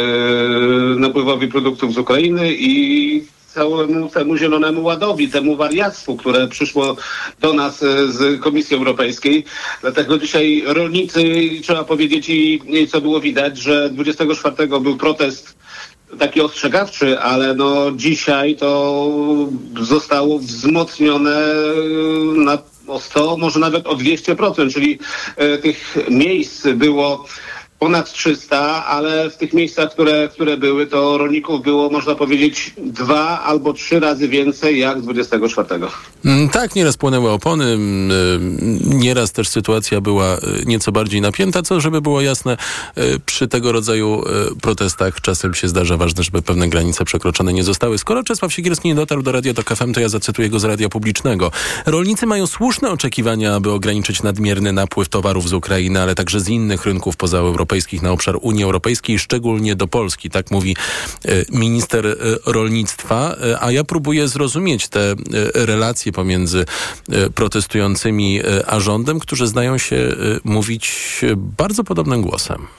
y, napływowi produktów z Ukrainy i całemu temu zielonemu ładowi, temu wariactwu, które przyszło do nas z Komisji Europejskiej. Dlatego dzisiaj rolnicy, trzeba powiedzieć i, i co było widać, że dwudziestego czwartego był protest taki ostrzegawczy, ale no dzisiaj to zostało wzmocnione na o sto, może nawet o dwieście procent, czyli e, tych miejsc było ponad trzysta, ale w tych miejscach, które, które były, to rolników było, można powiedzieć, dwa albo trzy razy więcej jak dwudziestego czwartego. Tak, nieraz płonęły opony, nieraz też sytuacja była nieco bardziej napięta, co, żeby było jasne, przy tego rodzaju protestach czasem się zdarza, ważne, żeby pewne granice przekroczone nie zostały. Skoro Czesław Siekierski nie dotarł do Radia Tok F M, to ja zacytuję go z Radia Publicznego. Rolnicy mają słuszne oczekiwania, aby ograniczyć nadmierny napływ towarów z Ukrainy, ale także z innych rynków pozaeuropejskich na obszar Unii Europejskiej, szczególnie do Polski. Tak mówi minister rolnictwa, a ja próbuję zrozumieć te relacje pomiędzy protestującymi a rządem, którzy zdają się mówić bardzo podobnym głosem.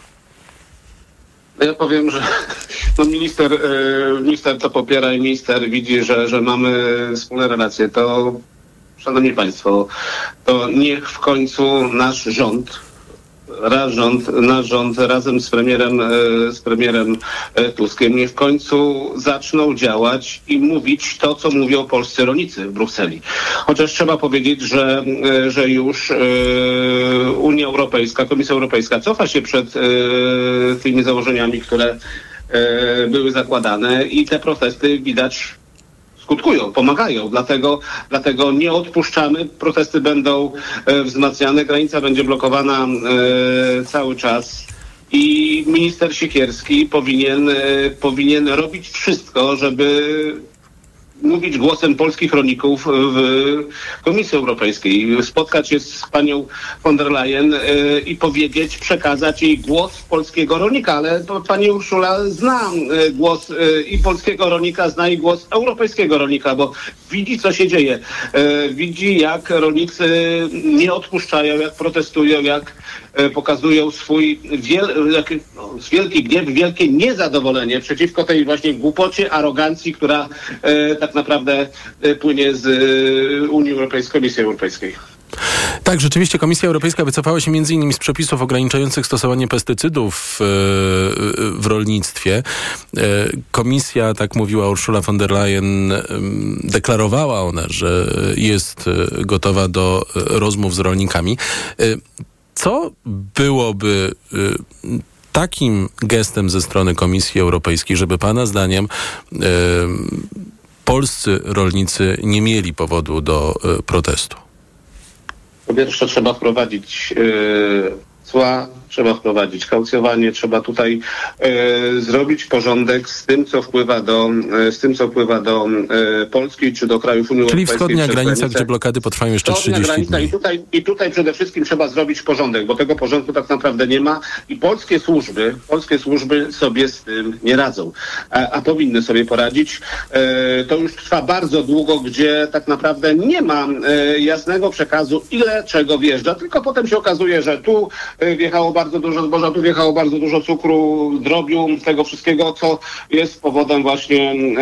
Ja powiem, że no minister, minister to popiera i minister widzi, że, że mamy wspólne relacje. To, szanowni państwo, to niech w końcu nasz rząd Raz rząd, nasz rząd razem z premierem, z premierem Tuskiem niech w końcu zaczną działać i mówić to, co mówią polscy rolnicy w Brukseli. Chociaż trzeba powiedzieć, że, że już Unia Europejska, Komisja Europejska cofa się przed tymi założeniami, które były zakładane i te protesty widać skutkują, pomagają. Dlatego, dlatego nie odpuszczamy. Protesty będą e, wzmacniane, granica będzie blokowana e, cały czas. I minister Siekierski powinien, e, powinien robić wszystko, żeby mówić głosem polskich rolników w Komisji Europejskiej, spotkać się z panią von der Leyen y, i powiedzieć, przekazać jej głos polskiego rolnika, ale to pani Urszula zna y, głos y, i polskiego rolnika, zna i głos europejskiego rolnika, bo widzi, co się dzieje. Y, widzi, jak rolnicy nie odpuszczają, jak protestują, jak y, pokazują swój wiel, jak, no, wielki gniew, wielkie niezadowolenie przeciwko tej właśnie głupocie, arogancji, która y, tak naprawdę płynie z Unii Europejskiej, Komisji Europejskiej. Tak, rzeczywiście Komisja Europejska wycofała się między innymi z przepisów ograniczających stosowanie pestycydów w rolnictwie. Komisja, tak mówiła Ursula von der Leyen, deklarowała ona, że jest gotowa do rozmów z rolnikami. Co byłoby takim gestem ze strony Komisji Europejskiej, żeby pana zdaniem polscy rolnicy nie mieli powodu do y, protestu? Po pierwsze trzeba wprowadzić yy, cła, trzeba wprowadzić kaucjowanie, trzeba tutaj e, zrobić porządek z tym, co wpływa do, e, z tym, co wpływa do e, Polski czy do krajów Unii Czyli Europejskiej. wschodnia granica, granicę. Gdzie blokady potrwają jeszcze Wschodnia trzydzieści dni. I tutaj, I tutaj przede wszystkim trzeba zrobić porządek, bo tego porządku tak naprawdę nie ma i polskie służby, polskie służby sobie z tym nie radzą, a, a powinny sobie poradzić. E, to już trwa bardzo długo, gdzie tak naprawdę nie ma e, jasnego przekazu, ile czego wjeżdża, tylko potem się okazuje, że tu e, wjechało bardzo dużo zboża, tu wjechało bardzo dużo cukru, drobiu, tego wszystkiego, co jest powodem właśnie e,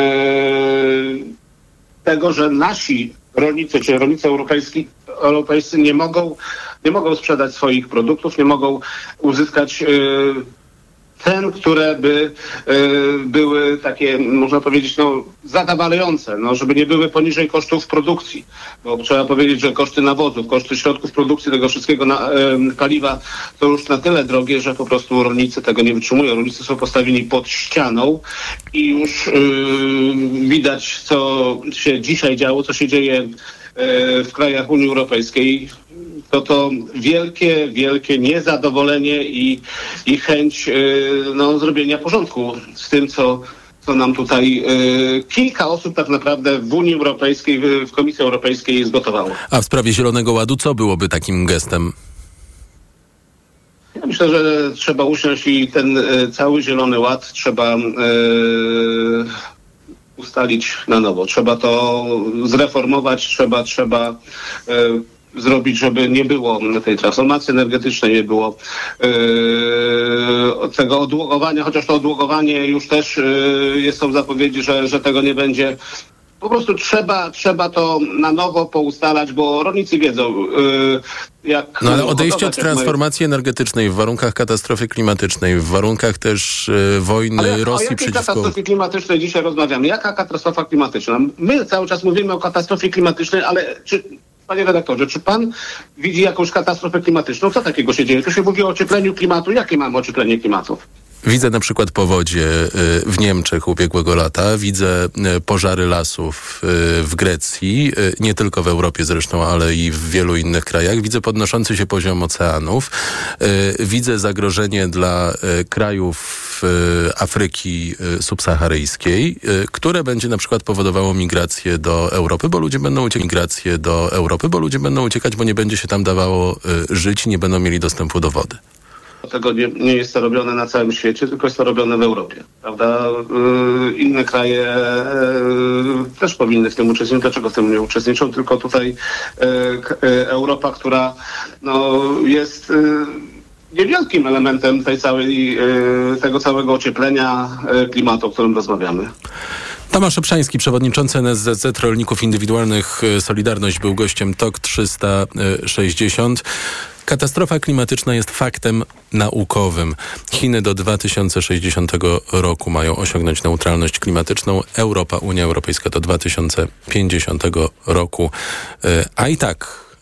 tego, że nasi rolnicy, czy rolnicy europejski, europejscy nie mogą, nie mogą sprzedać swoich produktów, nie mogą uzyskać e, cen, które by e, były takie, można powiedzieć, no, zadowalające, no, żeby nie były poniżej kosztów produkcji. Bo trzeba powiedzieć, że koszty nawozów, koszty środków produkcji tego wszystkiego na, e, paliwa są już na tyle drogie, że po prostu rolnicy tego nie wytrzymują. Rolnicy są postawieni pod ścianą i już e, widać, co się dzisiaj działo, co się dzieje e, w krajach Unii Europejskiej. To to wielkie, wielkie niezadowolenie i, i chęć yy, no, zrobienia porządku z tym, co, co nam tutaj yy, kilka osób tak naprawdę w Unii Europejskiej, w, w Komisji Europejskiej zgotowało. A w sprawie Zielonego Ładu co byłoby takim gestem? Ja myślę, że trzeba usiąść i ten y, cały Zielony Ład trzeba y, ustalić na nowo. Trzeba to zreformować, trzeba, trzeba y, zrobić, żeby nie było tej transformacji energetycznej, nie było yy, tego odłogowania, chociaż to odłogowanie już też yy, jest są zapowiedzi, że, że tego nie będzie. Po prostu trzeba, trzeba to na nowo poustalać, bo rolnicy wiedzą, yy, jak... No ale odejście od transformacji mają... energetycznej w warunkach katastrofy klimatycznej, w warunkach też yy, wojny ale Rosji o jakiej przeciwko... katastrofie klimatycznej dzisiaj rozmawiamy? Jaka katastrofa klimatyczna? My cały czas mówimy o katastrofie klimatycznej, ale czy... Panie redaktorze, czy pan widzi jakąś katastrofę klimatyczną? Co takiego się dzieje? Tu się mówi o ociepleniu klimatu. Jakie mamy ocieplenie klimatu? Widzę na przykład powodzie w Niemczech ubiegłego lata. Widzę pożary lasów w Grecji, nie tylko w Europie zresztą, ale i w wielu innych krajach. Widzę podnoszący się poziom oceanów. Widzę zagrożenie dla krajów Afryki subsaharyjskiej, które będzie na przykład powodowało migrację do Europy, bo ludzie będą uciekać migrację do Europy, bo ludzie będą uciekać, bo nie będzie się tam dawało żyć i nie będą mieli dostępu do wody. Tego nie, nie jest to robione na całym świecie, tylko jest to robione w Europie, prawda? Yy, inne kraje yy, też powinny w tym uczestniczyć. Dlaczego w tym nie uczestniczą? Tylko tutaj yy, yy, Europa, która no, jest yy, niewielkim elementem tej całej, yy, tego całego ocieplenia yy, klimatu, o którym rozmawiamy. Tomasz Obszański, przewodniczący N S Z Z Rolników Indywidualnych Solidarność, był gościem T O K trzysta sześćdziesiąt. Katastrofa klimatyczna jest faktem naukowym. Chiny do dwa tysiące sześćdziesiątego roku mają osiągnąć neutralność klimatyczną. Europa, Unia Europejska do dwa tysiące pięćdziesiątego roku. A i tak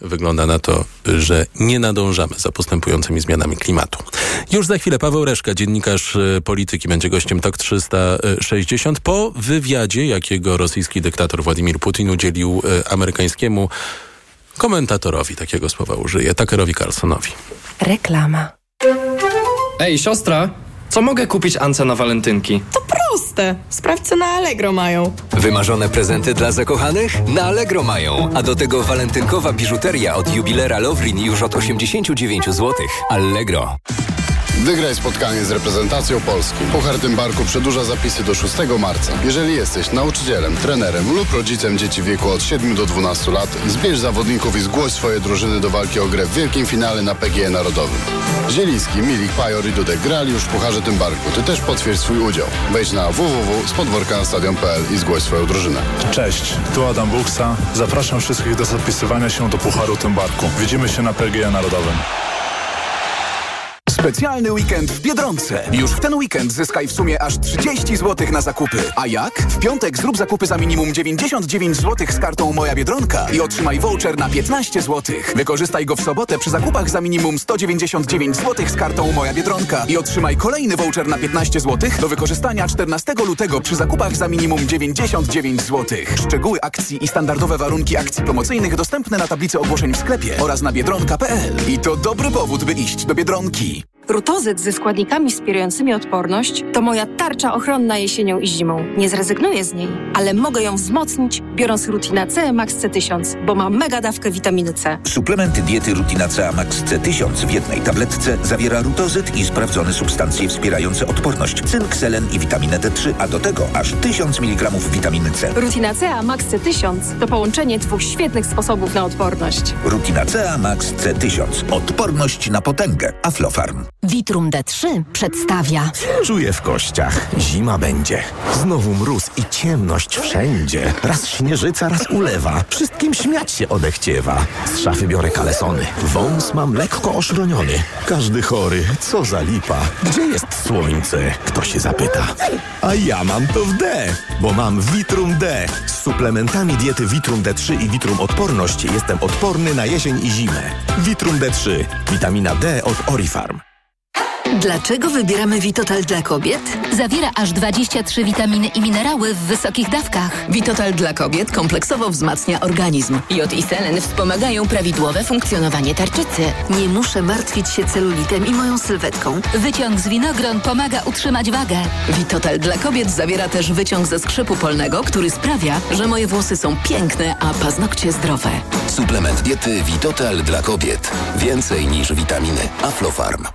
wygląda na to, że nie nadążamy za postępującymi zmianami klimatu. Już za chwilę Paweł Reszka, dziennikarz polityki, będzie gościem Tok trzysta sześćdziesiąt po wywiadzie, jakiego rosyjski dyktator Władimir Putin udzielił amerykańskiemu komentatorowi, takiego słowa użyję, Tuckerowi Carlsonowi. Reklama. Ej, siostra, co mogę kupić Ance na walentynki? To proste. Sprawdź, co na Allegro mają. Wymarzone prezenty dla zakochanych? Na Allegro mają. A do tego walentynkowa biżuteria od jubilera Lovrin już od osiemdziesiąt dziewięć złotych. Allegro. Wygraj spotkanie z reprezentacją Polski. Puchar Tymbarku przedłuża zapisy do szóstego marca. Jeżeli jesteś nauczycielem, trenerem lub rodzicem dzieci w wieku od siedmiu do dwunastu lat, zbierz zawodników i zgłoś swoje drużyny do walki o grę w wielkim finale na P G E Narodowym. Zieliński, Milik, Pajor i Dudek grali już w Pucharze Tymbarku. Ty też potwierdź swój udział. Wejdź na w w w kropka spodworka na stadion kropka p l i zgłoś swoją drużynę. Cześć, tu Adam Buksa. Zapraszam wszystkich do zapisywania się do Pucharu Tymbarku. Widzimy się na P G E Narodowym. Specjalny weekend w Biedronce. Już w ten weekend zyskaj w sumie aż trzydzieści złotych na zakupy. A jak? W piątek zrób zakupy za minimum dziewięćdziesiąt dziewięć złotych z kartą Moja Biedronka i otrzymaj voucher na piętnaście złotych. Wykorzystaj go w sobotę przy zakupach za minimum sto dziewięćdziesiąt dziewięć złotych z kartą Moja Biedronka i otrzymaj kolejny voucher na piętnaście złotych do wykorzystania czternastego lutego przy zakupach za minimum dziewięćdziesiąt dziewięć złotych. Szczegóły akcji i standardowe warunki akcji promocyjnych dostępne na tablicy ogłoszeń w sklepie oraz na biedronka kropka p l. I to dobry powód, by iść do Biedronki. Rutozyt ze składnikami wspierającymi odporność to moja tarcza ochronna jesienią i zimą. Nie zrezygnuję z niej, ale mogę ją wzmocnić, biorąc Rutina C Max C tysiąc, bo ma mega dawkę witaminy C. Suplement diety Rutina C Max C tysiąc w jednej tabletce zawiera rutozyt i sprawdzone substancje wspierające odporność, cynk, selen i witaminę D trzy, a do tego aż tysiąc miligramów witaminy C. Rutina C Max C tysiąc to połączenie dwóch świetnych sposobów na odporność. Rutina C Max C tysiąc. Odporność na potęgę. Aflofarm. Vitrum D trzy przedstawia. Czuję w kościach. Zima będzie. Znowu mróz i ciemność wszędzie. Raz śnieżyca, raz ulewa. Wszystkim śmiać się odechciewa. Z szafy biorę kalesony. Wąs mam lekko oszroniony. Każdy chory. Co za lipa. Gdzie jest słońce? Kto się zapyta. A ja mam to w D, bo mam Vitrum D. Z suplementami diety Vitrum D trzy i Vitrum Odporność jestem odporny na jesień i zimę. Vitrum D trzy. Witamina D od Orifarm. Dlaczego wybieramy Vitotal dla kobiet? Zawiera aż dwadzieścia trzy witaminy i minerały w wysokich dawkach. Vitotal dla kobiet kompleksowo wzmacnia organizm. Jod i selen wspomagają prawidłowe funkcjonowanie tarczycy. Nie muszę martwić się celulitem i moją sylwetką. Wyciąg z winogron pomaga utrzymać wagę. Vitotal dla kobiet zawiera też wyciąg ze skrzypu polnego, który sprawia, że moje włosy są piękne, a paznokcie zdrowe. Suplement diety Vitotal dla kobiet. Więcej niż witaminy. Aflofarm.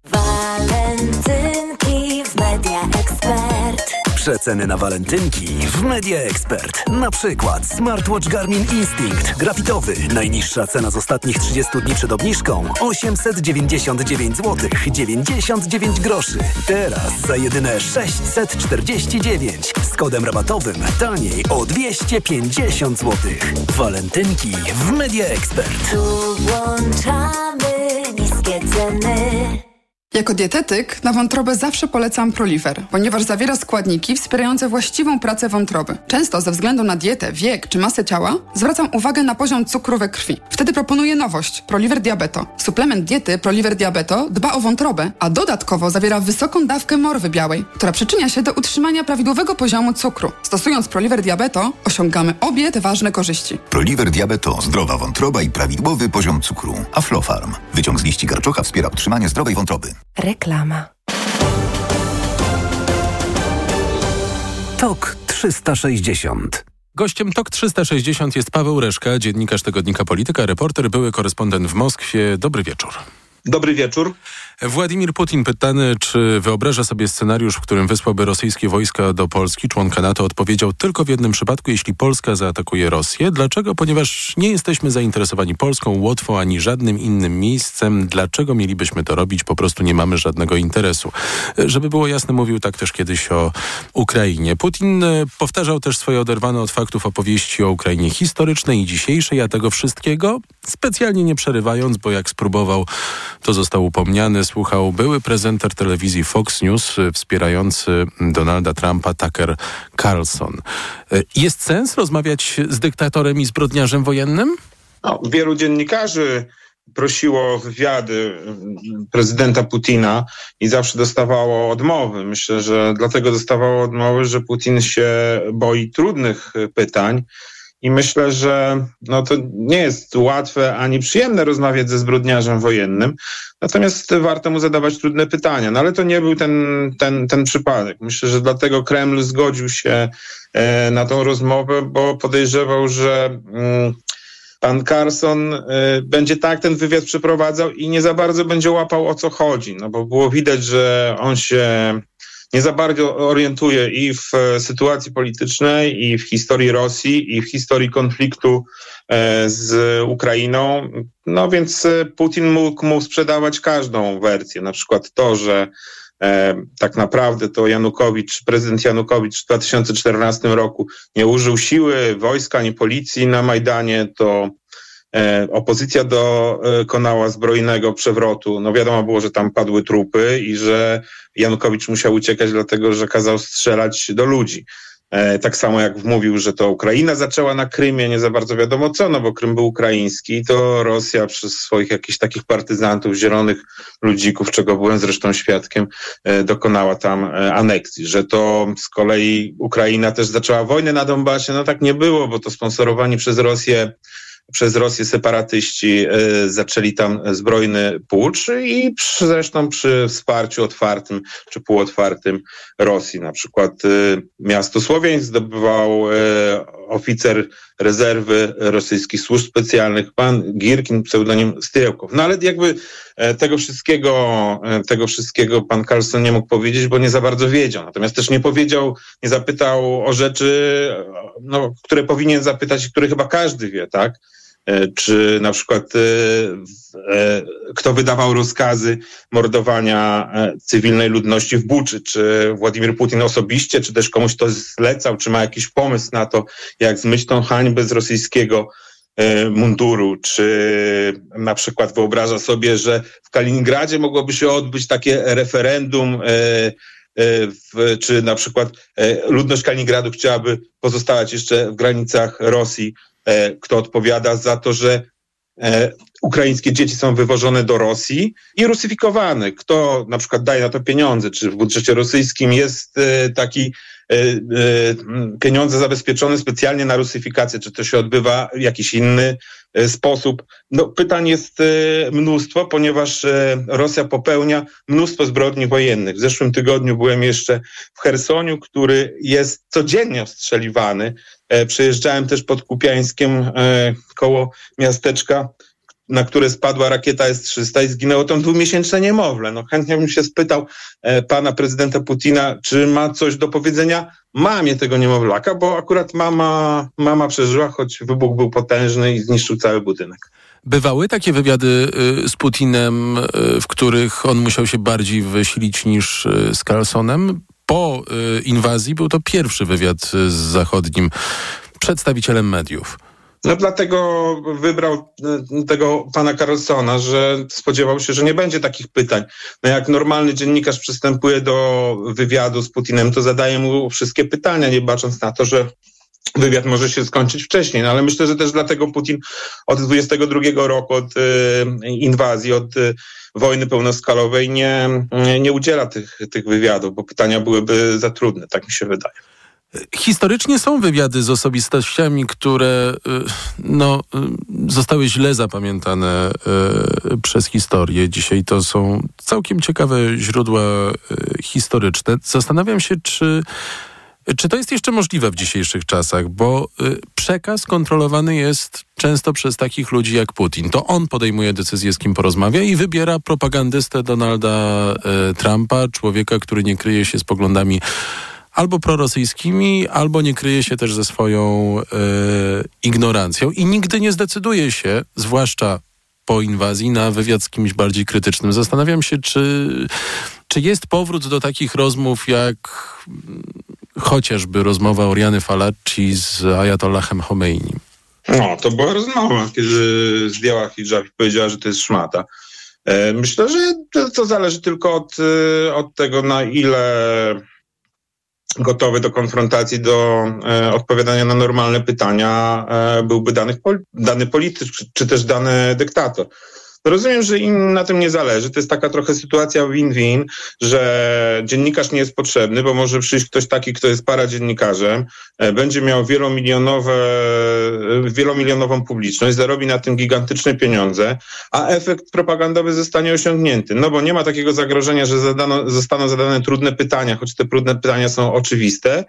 Walentynki w Media Expert. Przeceny na walentynki w Media Expert. Na przykład smartwatch Garmin Instinct grafitowy. Najniższa cena z ostatnich trzydziestu dni przed obniżką osiemset dziewięćdziesiąt dziewięć złotych dziewięćdziesiąt dziewięć groszy. Teraz za jedyne sześćset czterdzieści dziewięć. Z kodem rabatowym taniej o dwieście pięćdziesiąt złotych. Walentynki w Media Expert. Tu włączamy niskie ceny. Jako dietetyk na wątrobę zawsze polecam Proliver, ponieważ zawiera składniki wspierające właściwą pracę wątroby. Często ze względu na dietę, wiek czy masę ciała zwracam uwagę na poziom cukru we krwi. Wtedy proponuję nowość Proliver Diabeto. Suplement diety Proliver Diabeto dba o wątrobę, a dodatkowo zawiera wysoką dawkę morwy białej, która przyczynia się do utrzymania prawidłowego poziomu cukru. Stosując Proliver Diabeto osiągamy obie te ważne korzyści. Proliver Diabeto, zdrowa wątroba i prawidłowy poziom cukru. Aflofarm. Wyciąg z liści garczocha wspiera utrzymanie zdrowej wątroby. Reklama. Tok trzysta sześćdziesiąt. Gościem Tok trzysta sześćdziesiąt jest Paweł Reszka, dziennikarz tygodnika Polityka, reporter, były korespondent w Moskwie. Dobry wieczór. Dobry wieczór. Władimir Putin pytany, czy wyobraża sobie scenariusz, w którym wysłałby rosyjskie wojska do Polski. Członka NATO odpowiedział tylko w jednym przypadku, jeśli Polska zaatakuje Rosję. Dlaczego? Ponieważ nie jesteśmy zainteresowani Polską, Łotwą ani żadnym innym miejscem. Dlaczego mielibyśmy to robić? Po prostu nie mamy żadnego interesu. Żeby było jasne, mówił tak też kiedyś o Ukrainie. Putin powtarzał też swoje oderwane od faktów opowieści o Ukrainie historycznej i dzisiejszej, a tego wszystkiego specjalnie nie przerywając, bo jak spróbował, to został upomniany. Słuchał były prezenter telewizji Fox News wspierający Donalda Trumpa, Tucker Carlson. Jest sens rozmawiać z dyktatorem i zbrodniarzem wojennym? No, wielu dziennikarzy prosiło o wywiady prezydenta Putina i zawsze dostawało odmowy. Myślę, że dlatego dostawało odmowy, że Putin się boi trudnych pytań i myślę, że no to nie jest łatwe ani przyjemne rozmawiać ze zbrodniarzem wojennym, natomiast warto mu zadawać trudne pytania. No ale to nie był ten, ten, ten przypadek. Myślę, że dlatego Kreml zgodził się e, na tą rozmowę, bo podejrzewał, że mm, pan Carlson y, będzie tak ten wywiad przeprowadzał i nie za bardzo będzie łapał, o co chodzi, no bo było widać, że on się nie za bardzo orientuje i w e, sytuacji politycznej, i w historii Rosji, i w historii konfliktu e, z Ukrainą. No więc e, Putin mógł mu sprzedawać każdą wersję, na przykład to, że E, tak naprawdę to Janukowicz, prezydent Janukowicz w dwa tysiące czternastym roku nie użył siły, wojska, ani policji na Majdanie, to e, opozycja dokonała zbrojnego przewrotu. No wiadomo było, że tam padły trupy i że Janukowicz musiał uciekać, dlatego że kazał strzelać do ludzi. E, tak samo jak mówił, że to Ukraina zaczęła na Krymie, nie za bardzo wiadomo co, no bo Krym był ukraiński, to Rosja przez swoich jakichś takich partyzantów, zielonych ludzików, czego byłem zresztą świadkiem, e, dokonała tam e, aneksji. Że to z kolei Ukraina też zaczęła wojnę na Donbasie, no tak nie było, bo to sponsorowani przez Rosję przez Rosję separatyści y, zaczęli tam zbrojny pucz i przy, zresztą przy wsparciu otwartym czy półotwartym Rosji. Na przykład y, miasto Słowiańsk zdobywał y, oficer rezerwy rosyjskich służb specjalnych, pan Girkin, pseudonim Styrełkow. No ale jakby e, tego wszystkiego, e, tego wszystkiego pan Carlson nie mógł powiedzieć, bo nie za bardzo wiedział. Natomiast też nie powiedział, nie zapytał o rzeczy, no, które powinien zapytać, które chyba każdy wie, tak? Czy na przykład kto wydawał rozkazy mordowania cywilnej ludności w Buczy, czy Władimir Putin osobiście, czy też komuś to zlecał, czy ma jakiś pomysł na to, jak zmyć tą hańbę z rosyjskiego munduru, czy na przykład wyobraża sobie, że w Kaliningradzie mogłoby się odbyć takie referendum, w, czy na przykład ludność Kaliningradu chciałaby pozostawać jeszcze w granicach Rosji. Kto odpowiada za to, że e, ukraińskie dzieci są wywożone do Rosji i rusyfikowane. Kto na przykład daje na to pieniądze, czy w budżecie rosyjskim jest e, taki e, e, pieniądze zabezpieczone specjalnie na rusyfikację, czy to się odbywa w jakiś inny e, sposób. No, pytań jest e, mnóstwo, ponieważ e, Rosja popełnia mnóstwo zbrodni wojennych. W zeszłym tygodniu byłem jeszcze w Chersoniu, który jest codziennie ostrzeliwany. E, przejeżdżałem też pod Kupiańskiem e, koło miasteczka, na które spadła rakieta S trzysta i zginęło tam dwumiesięczne niemowlę. No chętnie bym się spytał e, pana prezydenta Putina, czy ma coś do powiedzenia mamie tego niemowlaka, bo akurat mama, mama przeżyła, choć wybuch był potężny i zniszczył cały budynek. Bywały takie wywiady y, z Putinem, y, w których on musiał się bardziej wysilić niż y, z Carlsonem. Po y, inwazji był to pierwszy wywiad y, z zachodnim przedstawicielem mediów. No dlatego wybrał tego pana Carlsona, że spodziewał się, że nie będzie takich pytań. No jak normalny dziennikarz przystępuje do wywiadu z Putinem, to zadaje mu wszystkie pytania, nie bacząc na to, że wywiad może się skończyć wcześniej. No ale myślę, że też dlatego Putin od dwudziestego drugiego roku, od y, inwazji, od y, wojny pełnoskalowej nie, nie udziela tych, tych wywiadów, bo pytania byłyby za trudne, tak mi się wydaje. Historycznie są wywiady z osobistościami, które no, zostały źle zapamiętane przez historię. Dzisiaj to są całkiem ciekawe źródła historyczne. Zastanawiam się, czy, czy to jest jeszcze możliwe w dzisiejszych czasach, bo przekaz kontrolowany jest często przez takich ludzi jak Putin. To on podejmuje decyzję, z kim porozmawia i wybiera propagandystę Donalda Trumpa, człowieka, który nie kryje się z poglądami albo prorosyjskimi, albo nie kryje się też ze swoją e, ignorancją i nigdy nie zdecyduje się, zwłaszcza po inwazji, na wywiad z kimś bardziej krytycznym. Zastanawiam się, czy, czy jest powrót do takich rozmów jak chociażby rozmowa Oriany Falaci z Ajatollahem Chomeini. No, to była rozmowa, kiedy zdjęła hidżab i powiedziała, że to jest szmata. E, myślę, że to, to zależy tylko od, od tego, na ile gotowy do konfrontacji, do e, odpowiadania na normalne pytania e, byłby dany, dany polityk, czy, czy też dany dyktator. Rozumiem, że im na tym nie zależy. To jest taka trochę sytuacja win-win, że dziennikarz nie jest potrzebny, bo może przyjść ktoś taki, kto jest paradziennikarzem, będzie miał wielomilionowe, wielomilionową publiczność, zarobi na tym gigantyczne pieniądze, a efekt propagandowy zostanie osiągnięty. No bo nie ma takiego zagrożenia, że zadano, zostaną zadane trudne pytania, choć te trudne pytania są oczywiste,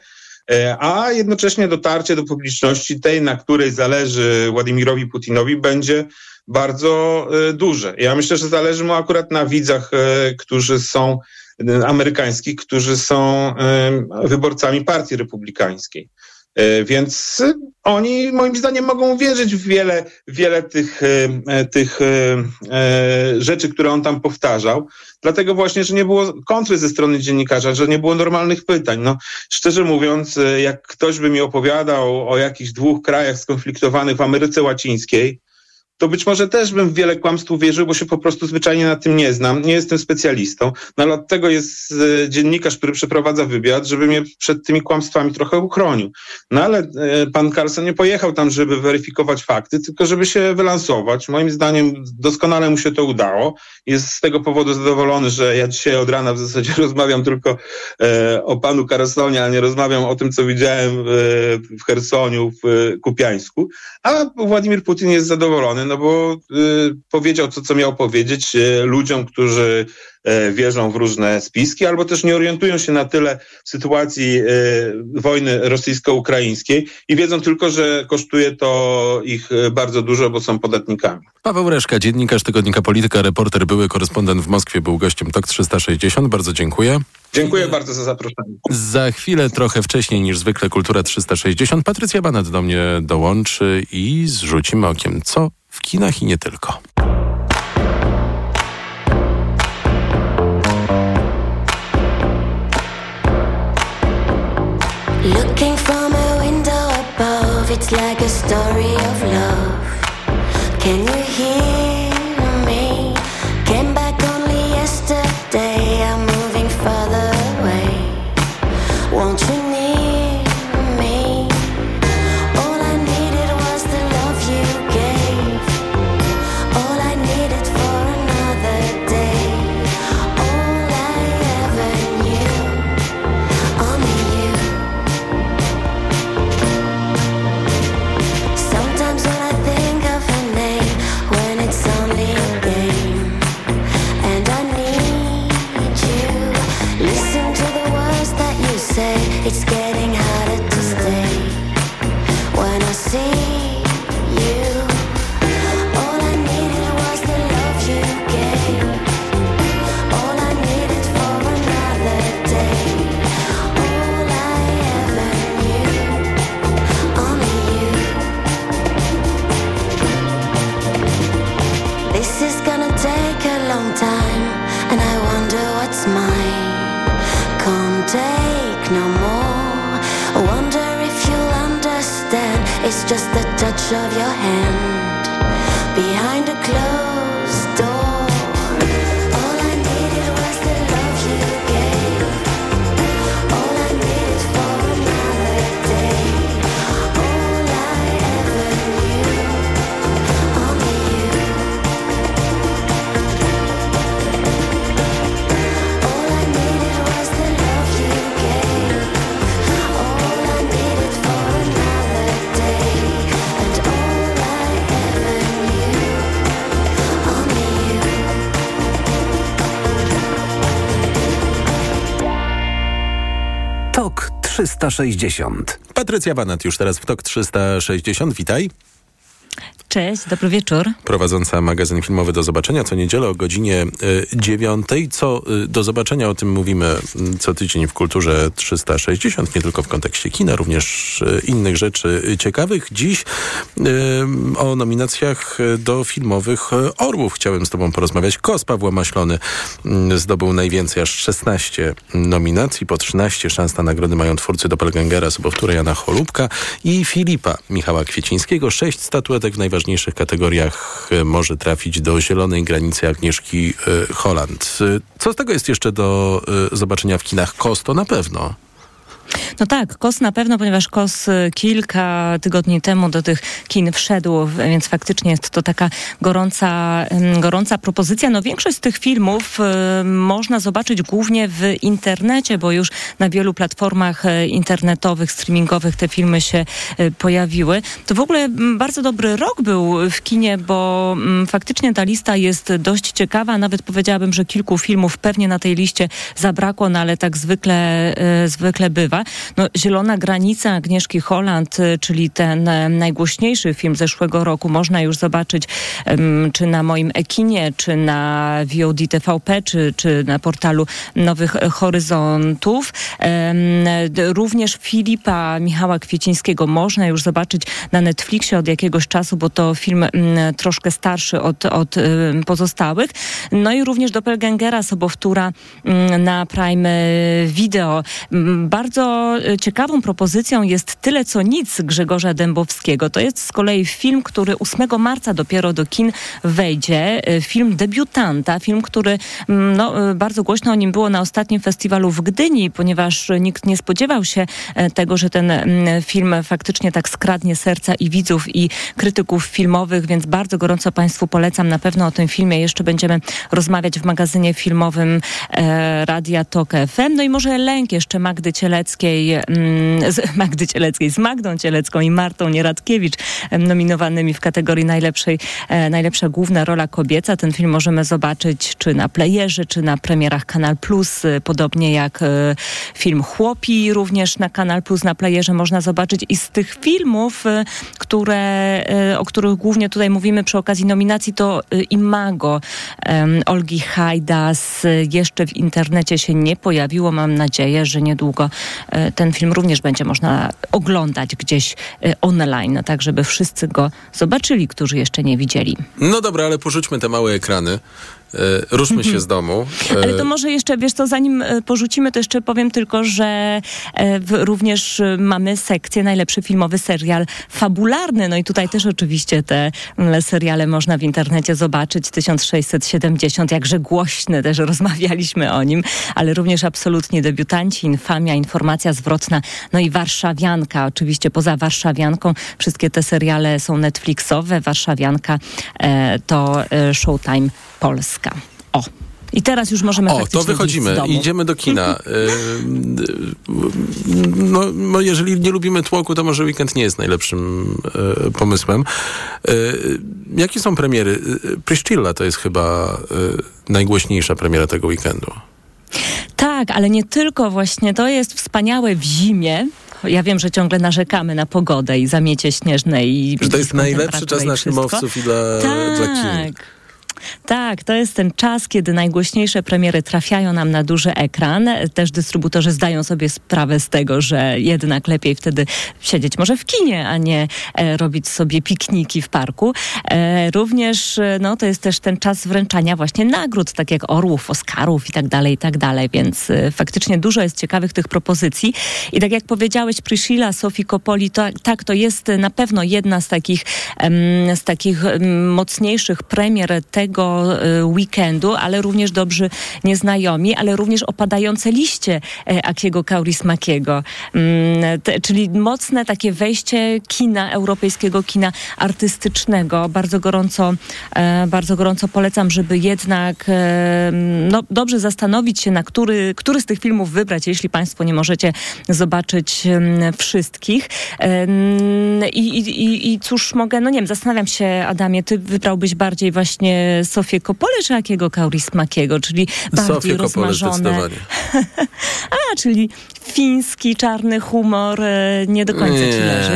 a jednocześnie dotarcie do publiczności tej, na której zależy Władimirowi Putinowi, będzie bardzo y, duże. Ja myślę, że zależy mu akurat na widzach, y, którzy są y, amerykańskich, którzy są y, wyborcami Partii Republikańskiej. Y, więc y, oni moim zdaniem mogą wierzyć w wiele, wiele tych, y, tych y, y, rzeczy, które on tam powtarzał. Dlatego właśnie, że nie było kontry ze strony dziennikarza, że nie było normalnych pytań. No, szczerze mówiąc, y, jak ktoś by mi opowiadał o jakichś dwóch krajach skonfliktowanych w Ameryce Łacińskiej, to być może też bym w wiele kłamstw uwierzył, bo się po prostu zwyczajnie na tym nie znam, nie jestem specjalistą. No ale od tego jest e, dziennikarz, który przeprowadza wywiad, żeby mnie przed tymi kłamstwami trochę uchronił. No ale e, pan Carlson nie pojechał tam, żeby weryfikować fakty, tylko żeby się wylansować. Moim zdaniem doskonale mu się to udało. Jest z tego powodu zadowolony, że ja dzisiaj od rana w zasadzie rozmawiam tylko e, o panu Carlsonie, a nie rozmawiam o tym, co widziałem e, w Chersoniu, w e, Kupiańsku. A Władimir Putin jest zadowolony, no bo y, powiedział to, co miał powiedzieć y, ludziom, którzy y, wierzą w różne spiski, albo też nie orientują się na tyle w sytuacji y, wojny rosyjsko-ukraińskiej i wiedzą tylko, że kosztuje to ich y, bardzo dużo, bo są podatnikami. Paweł Reszka, dziennikarz tygodnika Polityka, reporter, były korespondent w Moskwie, był gościem Tok trzysta sześćdziesiąt. Bardzo dziękuję. Dziękuję bardzo za zaproszenie. Za chwilę, trochę wcześniej niż zwykle, Kultura trzysta sześćdziesiąt. Patrycja Banet do mnie dołączy i zrzucimy okiem, co w kinach i nie tylko. Looking from a window above, it's like a story of love. Can you hear me? Came back only yesterday, I'm moving further away. Won't you need me? All I needed was the love you gave. All I needed for another day. All I ever knew, only you. Sometimes when I think of her name, when it's only a game, and I need you. Listen to the words that you say, it's getting harder to stay. When I see you, all I needed was the love you gave. All I needed for another day. All I ever knew, only you. This is gonna take a long time, and I wonder what's mine. Can't take no more. I wonder if you'll understand. It's just the touch of your hand behind a closed door. All I needed was the love you gave. All I needed for another day. All I ever knew, only you. All I needed was the love you gave. All I needed for another day. And all I ever knew, only you. Tok trzysta sześćdziesiąt. Patrycja Banet już teraz w Tok trzysta sześćdziesiąt. Witaj. Cześć, dobry wieczór. Prowadząca magazyn filmowy Do Zobaczenia co niedzielę o godzinie dziewiątej. Co y, do zobaczenia, o tym mówimy y, co tydzień w Kulturze trzysta sześćdziesiąt, nie tylko w kontekście kina, również y, innych rzeczy y, ciekawych. Dziś y, o nominacjach do filmowych Orłów chciałem z tobą porozmawiać. Kos Pawła Maślony y, zdobył najwięcej, aż szesnaście nominacji, po trzynaście szans na nagrody mają twórcy Doppelgangera, Sobowtóra Jana Cholubka i Filipa Michała Kwiecińskiego. Sześć statuetek w najważniejszych kategoriach może trafić do Zielonej Granicy Agnieszki y, Holland. Co z tego jest jeszcze do y, zobaczenia w kinach? Kos to na pewno. No tak, Kos na pewno, ponieważ Kos kilka tygodni temu do tych kin wszedł, więc faktycznie jest to taka gorąca, gorąca propozycja. No większość z tych filmów y, można zobaczyć głównie w internecie, bo już na wielu platformach internetowych, streamingowych te filmy się y, pojawiły. To w ogóle bardzo dobry rok był w kinie, bo y, faktycznie ta lista jest dość ciekawa. Nawet powiedziałabym, że kilku filmów pewnie na tej liście zabrakło, no ale tak zwykle, y, zwykle bywa. No, Zielona granica Agnieszki Holland, czyli ten najgłośniejszy film zeszłego roku, można już zobaczyć um, czy na moim e-kinie, czy na V O D T V P, czy, czy na portalu Nowych Horyzontów. Um, również Filipa Michała Kwiecińskiego można już zobaczyć na Netflixie od jakiegoś czasu, bo to film um, troszkę starszy od, od um, pozostałych. No i również Doppelgängera Sobowtóra um, na Prime Video. Um, bardzo ciekawą propozycją jest Tyle co nic Grzegorza Dębowskiego. To jest z kolei film, który ósmego marca dopiero do kin wejdzie. Film debiutanta, film, który no, bardzo głośno o nim było na ostatnim festiwalu w Gdyni, ponieważ nikt nie spodziewał się tego, że ten film faktycznie tak skradnie serca i widzów, i krytyków filmowych, więc bardzo gorąco Państwu polecam. Na pewno o tym filmie jeszcze będziemy rozmawiać w magazynie filmowym e, Radia Tok F M. No i może Lęk jeszcze Magdy Cieleckiej, z Magdy Cieleckiej, z Magdą Cielecką i Martą Nieradkiewicz, nominowanymi w kategorii najlepszej, najlepsza główna rola kobieca. Ten film możemy zobaczyć czy na playerze, czy na premierach Kanal Plus, podobnie jak film Chłopi, również na Kanal Plus, na playerze można zobaczyć. I z tych filmów, które, o których głównie tutaj mówimy przy okazji nominacji, to Imago Olgi Hajdas jeszcze w internecie się nie pojawiło. Mam nadzieję, że niedługo ten film również będzie można oglądać gdzieś online, tak żeby wszyscy go zobaczyli, którzy jeszcze nie widzieli. No dobra, ale porzućmy te małe ekrany. Ruszmy się z domu. Ale to może jeszcze, wiesz co, zanim porzucimy, to jeszcze powiem tylko, że również mamy sekcję najlepszy filmowy serial fabularny. No i tutaj też oczywiście te seriale można w internecie zobaczyć. tysiąc sześćset siedemdziesiąt, jakże głośny, też rozmawialiśmy o nim, ale również absolutnie debiutanci, Infamia, Informacja zwrotna, no i Warszawianka. Oczywiście poza Warszawianką wszystkie te seriale są Netflixowe. Warszawianka e, to e, Showtime Polska. O. I teraz już możemy O, to wychodzimy, idziemy do kina. no, no, jeżeli nie lubimy tłoku, to może weekend nie jest najlepszym e, pomysłem. E, jakie są premiery? Priscilla to jest chyba e, najgłośniejsza premiera tego weekendu. Tak, ale nie tylko właśnie. To jest wspaniałe w zimie. Ja wiem, że ciągle narzekamy na pogodę i zamiecie śnieżne i... Że to jest najlepszy czas dla filmowców i dla, tak. dla kin. Tak, to jest ten czas, kiedy najgłośniejsze premiery trafiają nam na duży ekran. Też dystrybutorzy zdają sobie sprawę z tego, że jednak lepiej wtedy siedzieć może w kinie, a nie e, robić sobie pikniki w parku. E, również no, to jest też ten czas wręczania właśnie nagród, tak jak Orłów, Oscarów i tak dalej, i tak dalej, więc e, faktycznie dużo jest ciekawych tych propozycji. I tak jak powiedziałeś, Priscilla Sofii Coppoli, to, tak, to jest na pewno jedna z takich, em, z takich em, mocniejszych premier tego weekendu, ale również Dobrzy Nieznajomi, ale również Opadające liście Akiego Kaurismäkiego. Czyli mocne takie wejście kina, europejskiego kina artystycznego. Bardzo gorąco, bardzo gorąco polecam, żeby jednak no, dobrze zastanowić się, na który, który z tych filmów wybrać, jeśli Państwo nie możecie zobaczyć wszystkich. I, i, i cóż mogę, no nie wiem, zastanawiam się, Adamie, ty wybrałbyś bardziej właśnie Sofię Coppolę czy jakiego Kaurismäkiego, czyli bardziej Sofię rozmarzone. A, czyli fiński, czarny humor nie do końca nie. ci leży.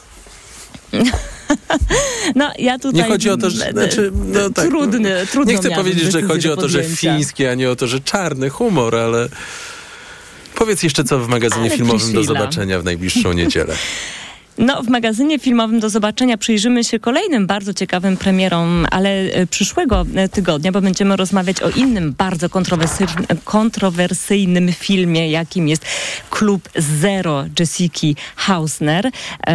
No, ja tutaj... Nie chodzi o to, że... Znaczy, no tak, trudny, trudno nie chcę powiedzieć, że chodzi o to, że podjęcia. fiński, a nie o to, że czarny humor, ale... Powiedz jeszcze, co w magazynie ale filmowym Priscilla. do zobaczenia w najbliższą niedzielę. No, w magazynie filmowym do zobaczenia przyjrzymy się kolejnym bardzo ciekawym premierom, ale przyszłego tygodnia, bo będziemy rozmawiać o innym bardzo kontrowersyjnym, kontrowersyjnym filmie, jakim jest Klub Zero Jessiki Hausner.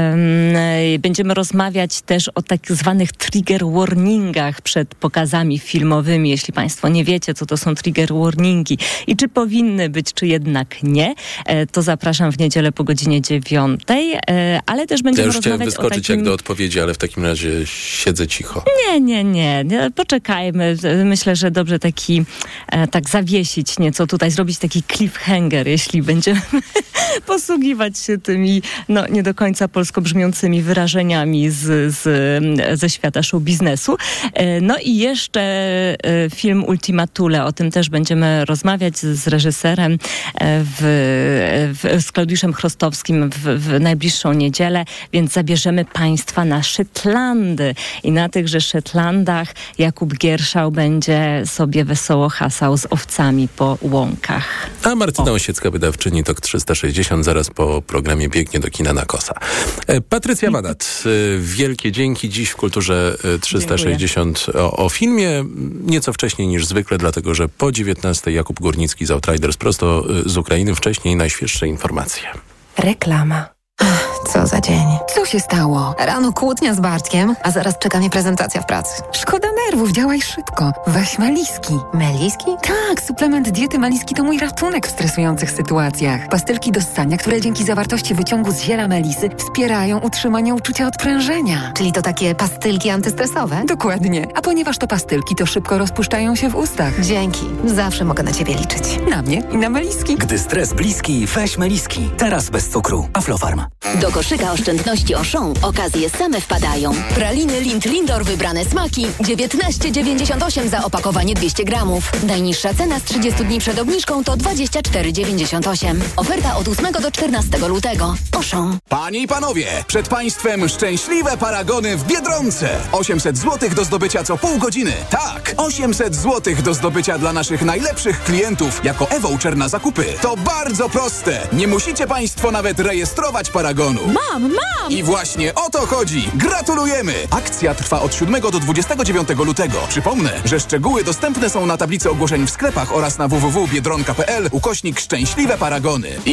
Będziemy rozmawiać też o tak zwanych trigger warningach przed pokazami filmowymi. Jeśli Państwo nie wiecie, co to są trigger warningi i czy powinny być, czy jednak nie, to zapraszam w niedzielę po godzinie dziewiątej, ale też będziemy ja już rozmawiać chciałem wyskoczyć o takim... jak do odpowiedzi, ale w takim razie siedzę cicho. Nie, nie, nie, nie. Poczekajmy. Myślę, że dobrze taki e, tak zawiesić nieco tutaj, zrobić taki cliffhanger, jeśli będziemy posługiwać się tymi no, nie do końca polsko brzmiącymi wyrażeniami z, z, ze świata show biznesu. E, no i jeszcze e, film Ultima Thule, o tym też będziemy rozmawiać z reżyserem e, w, w, z Klaudiuszem Chrostowskim w, w najbliższą niedzielę, więc zabierzemy Państwa na Szetlandy i na tychże Szetlandach Jakub Gierszał będzie sobie wesoło hasał z owcami po łąkach. A Martyna Osiecka, wydawczyni Tok trzysta sześćdziesiąt, zaraz po programie biegnie do kina na Kosa. E, Patrycja Manat, e, wielkie dzięki. Dziś w Kulturze trzysta sześćdziesiąt o, o filmie. Nieco wcześniej niż zwykle, dlatego że po dziewiętnastej Jakub Górnicki z Outriders prosto z Ukrainy. Wcześniej najświeższe informacje. Reklama. Co za dzień. Co się stało? Rano kłótnia z Bartkiem, a zaraz czeka mnie prezentacja w pracy. Szkoda nerwów, działaj szybko. Weź Meliski. Meliski? Tak, suplement diety Meliski to mój ratunek w stresujących sytuacjach. Pastylki do ssania, które dzięki zawartości wyciągu z ziela melisy wspierają utrzymanie uczucia odprężenia. Czyli to takie pastylki antystresowe? Dokładnie. A ponieważ to pastylki, to szybko rozpuszczają się w ustach. Dzięki. Zawsze mogę na ciebie liczyć. Na mnie i na Meliski. Gdy stres bliski, weź Meliski. Teraz bez cukru. Aflofarm. Do koszyka oszczędności Auchan okazje same wpadają. Praliny Lindt Lindor wybrane smaki dziewiętnaście dziewięćdziesiąt osiem za opakowanie dwieście gramów. Najniższa cena z trzydziestu dni przed obniżką to dwadzieścia cztery dziewięćdziesiąt osiem. Oferta od ósmego do czternastego lutego. Auchan. Panie i panowie, przed państwem szczęśliwe paragony w Biedronce. osiemset złotych do zdobycia co pół godziny. Tak, osiemset złotych do zdobycia dla naszych najlepszych klientów jako e-voucher na zakupy. To bardzo proste. Nie musicie państwo nawet rejestrować paragonu. Mam, mam! I właśnie o to chodzi. Gratulujemy! Akcja trwa od siódmego do dwudziestego dziewiątego lutego. Przypomnę, że szczegóły dostępne są na tablicy ogłoszeń w sklepach oraz na w w w kropka biedronka kropka p l ukośnik szczęśliwe paragony.